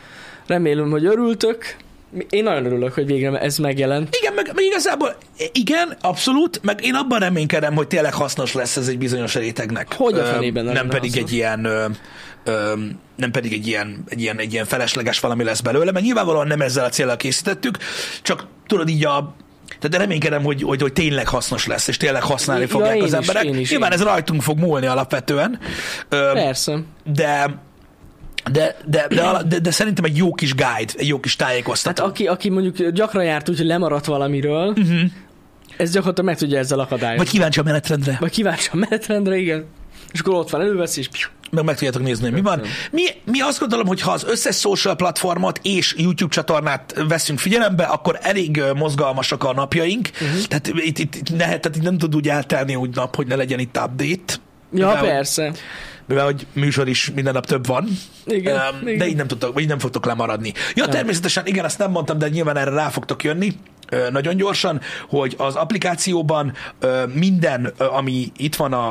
Remélem, hogy örültök. Én nagyon örülök, hogy végre ez megjelent. Igen, meg, meg igazából, igen, abszolút, meg én abban reménykedem, hogy tényleg hasznos lesz ez egy bizonyos rétegnek. Hogy a fenében nem lenne pedig hasznos? egy ilyen, ö, ö, nem pedig egy ilyen, egy, ilyen, egy ilyen felesleges valami lesz belőle, mert nyilvánvalóan nem ezzel a céllal készítettük, csak tudod így a tehát reménykedem, hogy, hogy, hogy tényleg hasznos lesz, és tényleg használni Ja, fogják én az is, emberek. én is, Nyilván én ez rajtunk fog múlni alapvetően. Ö, Persze. De De, de, de, de, de szerintem egy jó kis guide, egy jó kis tájékoztató. Hát aki, aki mondjuk gyakran járt úgy, hogy lemaradt valamiről, uh-huh. ez gyakorlatilag meg tudja ezzel akadályozni. Vagy kíváncsi a menetrendre. Vagy kíváncsi a menetrendre, igen. És akkor ott van, elővesz, és piu. Meg meg tudjátok nézni, hogy mi van. Mi, mi azt gondolom, hogy ha az összes social platformot és YouTube csatornát veszünk figyelembe, akkor elég ö, mozgalmasak a napjaink. Uh-huh. Tehát, itt, itt, itt ne, tehát itt nem tud úgy eltelni úgy nap, hogy ne legyen itt update. Ja, mivel, persze. Hogy, mivel, hogy műsor is minden nap több van. Igen, um, igen. De így nem tudtok, vagy így nem fogtok lemaradni. Ja, nem. Természetesen, igen, azt nem mondtam, de nyilván erre rá fogtok jönni ö, nagyon gyorsan, hogy az applikációban ö, minden, ö, ami itt van a,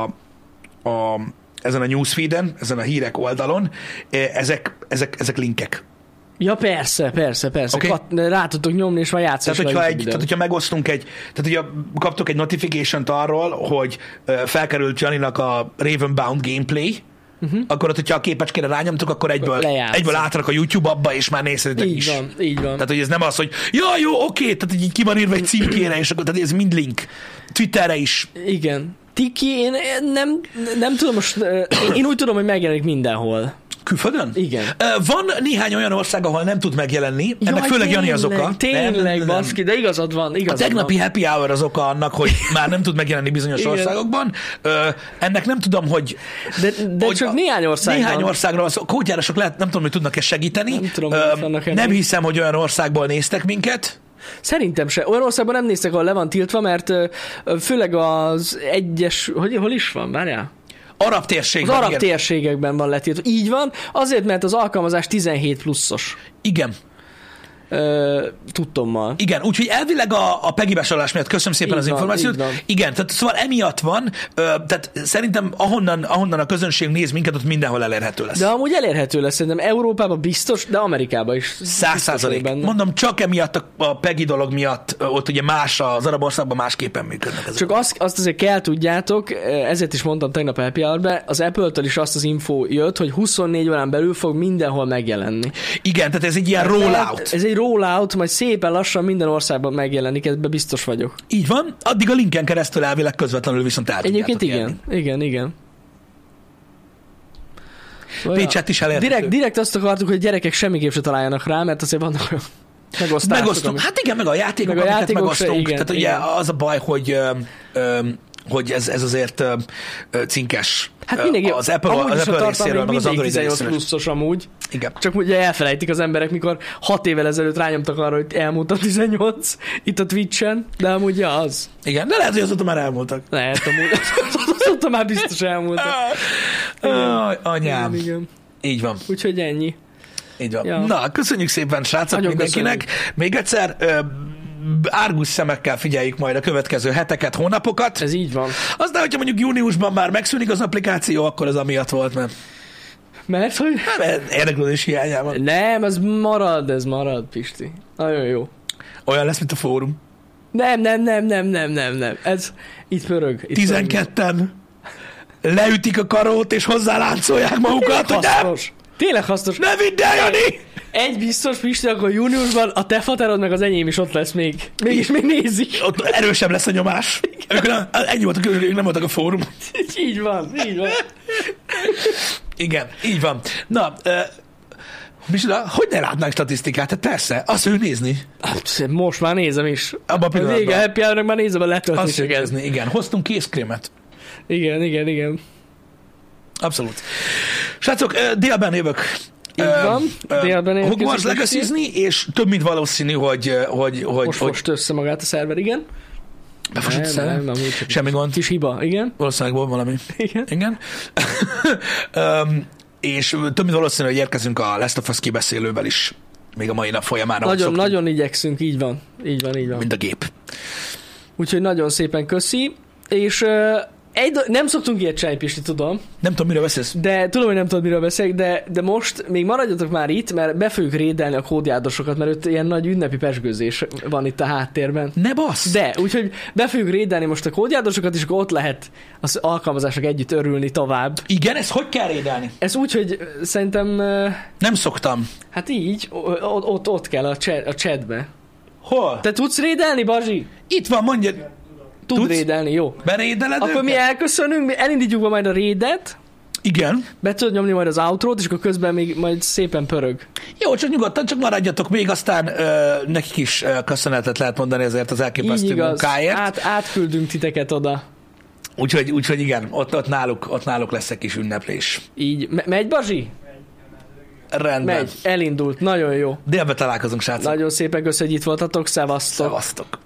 a ezen a newsfeeden, ezen a hírek oldalon, ezek, ezek, ezek linkek. Ja, persze, persze, persze. Okay. Kat, rá tudtok nyomni, és már játszani. Tehát, hogyha, egy, tehát, hogyha megosztunk egy, tehát, hogyha kaptok egy notification-t arról, hogy uh, felkerült Janinak a Ravenbound gameplay, uh-huh. akkor ott, hogyha a képecskére rányomtok, akkor egyből, egyből átrak a YouTube abba, és már nézhetitek így is. Van, így van. Tehát, hogy ez nem az, hogy ja, jó, oké, tehát így ki van írva egy címkére, és akkor tehát ez mind link. Twitterre is. Igen. Tiki, én nem, nem tudom most, én, én úgy tudom, hogy megjelenik mindenhol. Külföldön? Igen. Van néhány olyan ország, ahol nem tud megjelenni, ennek Jaj, főleg Jani az oka. Tényleg, nem, nem, nem. baszki, de igazad van. Igazad a tegnapi van. happy hour az oka annak, hogy már nem tud megjelenni bizonyos Igen. országokban. Ennek nem tudom, hogy... De, de hogy csak néhány országban. Néhány országról az kódjárosok lehet, nem tudom, hogy tudnak-e segíteni. Nem tudom, Ö, nem hiszem, hogy olyan országból néztek minket. Szerintem se. Olyan országban nem néztek, ahol le van tiltva, mert főleg az egyes... Hogy, hol is van? Várjál? Arab térségben. Az arab igen. térségekben van letiltva. Így van, azért, mert az alkalmazás tizenhét pluszos. Igen. Ö, tudtommal. Igen, úgyhogy elvileg a, a Peggy besorolás miatt köszönöm szépen Így az van, információt. így van. Igen, tehát szóval emiatt van, ö, tehát szerintem ahonnan, ahonnan a közönség néz minket, ott mindenhol elérhető lesz. De amúgy elérhető lesz, szerintem Európában biztos, de Amerikában is. Száz százalék. Mondom, csak emiatt a, a Peggy dolog miatt ott ugye más, az arab országban másképpen működnek ezek. Csak azt, azt azért kell tudjátok, ezért is mondtam tegnap happy hour-be, az Apple-től is azt az info jött, hogy huszonnégy órán belül fog mindenhol megjelenni. Igen, tehát ez egy ilyen rollout. Ez egy rollout, majd szépen lassan minden országban megjelenik, ebben biztos vagyok. Így van, addig a linken keresztül elvileg közvetlenül viszont el Egyébként igen, élni. igen, igen. Pécset is elérhető. Direkt, direkt azt akartuk, hogy gyerekek semmiképp se találjanak rá, mert azért vannak olyan megosztások. Megosztunk. Amik... Hát igen, meg a játékok, meg a amiket játékok megosztunk. se, igen, Tehát ugye igen. az a baj, hogy ö, ö, hogy ez, ez azért ö, ö, cinkes. Hát mindenki, az Apple, amúgy az is a Apple tartalom részéről, még meg az mindig Android tizennyolc részéről. pluszos amúgy. Igen. Csak ugye elfelejtik az emberek, mikor hat évvel ezelőtt rányomtak arra, hogy elmúlt a tizennyolc itt a Twitch-en, de amúgy ja, az. Igen, de lehet, hogy azóta már elmúltak. Lehet, amúgy. Azóta már biztos elmúltak. Aj, anyám. Igen, igen. Így van. Úgyhogy ennyi. Így van. Ja. Na, köszönjük szépen, srácok, Nagyon mindenkinek. köszönjük. Még egyszer, ö, árgus szemekkel figyeljük majd a következő heteket, hónapokat. Ez így van. Aztán, hogyha mondjuk júniusban már megszűnik az applikáció, akkor az amiatt volt, mert Mert hogy... nem, érdeklődés hiányában. Nem, ez marad, ez marad, Pisti. Nagyon jó. Olyan lesz, mint a fórum. Nem, nem, nem, nem, nem, nem, nem. Ez itt pörög. Itt tizenketten leütik a karót, és hozzáláncolják magukat, hogy nem, hasznos. Tényleg hasznos. ne vidd el, Jani! Egy biztos, Pisti, akkor júniusban a te faterod meg az enyém is ott lesz még. Mégis még nézik. Ott erősebb lesz a nyomás. Ők nem, ennyi volt a közönség, nem voltak a fórum. Így van, így van. Igen, így van. Na, uh, Micsoda, hogy ne látnánk statisztikát? Hát persze, azt ő nézni. Most már nézem is. Abban a A pillanatban. vége happy hour-nak már nézem a Azt letöltéseket. nézni, igen. Hoztunk kézkrémet. Igen, igen, igen. Abszolút. Srácok, uh, délben jövök. Így van, délben érkezik Hogwarts Pisti. Legacy-zni, és több mint valószínű, hogy, hogy, hogy, Most hogy most össze magát a szerver, igen. befosott Nem, szerver. nem, amúgy csak Semmi gond. kis hiba, igen. Valószínűleg volt valami. Igen. Igen. um, és több mint valószínű, hogy érkezünk a Last of Us kibeszélővel is, még a mai nap folyamán. ahogy Nagyon, szoktunk, nagyon igyekszünk, így van. Így van, így van. mint a gép. Úgyhogy nagyon szépen köszi. És uh, Egy do- nem szoktunk ilyet csinálni, Pisti, tudom. Nem tudom, mire beszélsz. De tudom, hogy nem tudod, miről beszélek, de, de most még maradjatok már itt, mert be fogjuk rédelni a kódjádosokat, mert ott ilyen nagy ünnepi pezsgőzés van itt a háttérben. Ne bassz! De, úgyhogy be fogjuk rédelni most a kódjádosokat, és akkor ott lehet az alkalmazásnak együtt örülni tovább. Igen, ezt hogy kell rédelni? Ez úgy, hogy szerintem... Nem szoktam. Hát így, ott, ott, ott kell a, chat, a chatbe. Hol? Te tudsz rédelni, Bazsi? Itt van, mondja. Tud Tudsz? rédelni, jó. Berédeled Akkor őket? mi elköszönünk, mi elindítjuk be majd a rédet, Igen. be tudod nyomni majd az outrót, és akkor közben még majd szépen pörög. Jó, csak nyugodtan, csak maradjatok még, aztán ö, nekik is ö, köszönetet lehet mondani ezért az Így elképesztő igaz, munkáért. át, átküldünk titeket oda. Úgyhogy, úgyhogy igen, ott, ott, náluk, ott náluk lesz egy kis ünneplés. Így. Me- megy, Bazsi? Rendben. Megy. Elindult. Nagyon jó. Délbe találkozunk, srácok. Nagyon szépen köszönjük, hogy itt voltatok. Szevasztok. Szevasztok.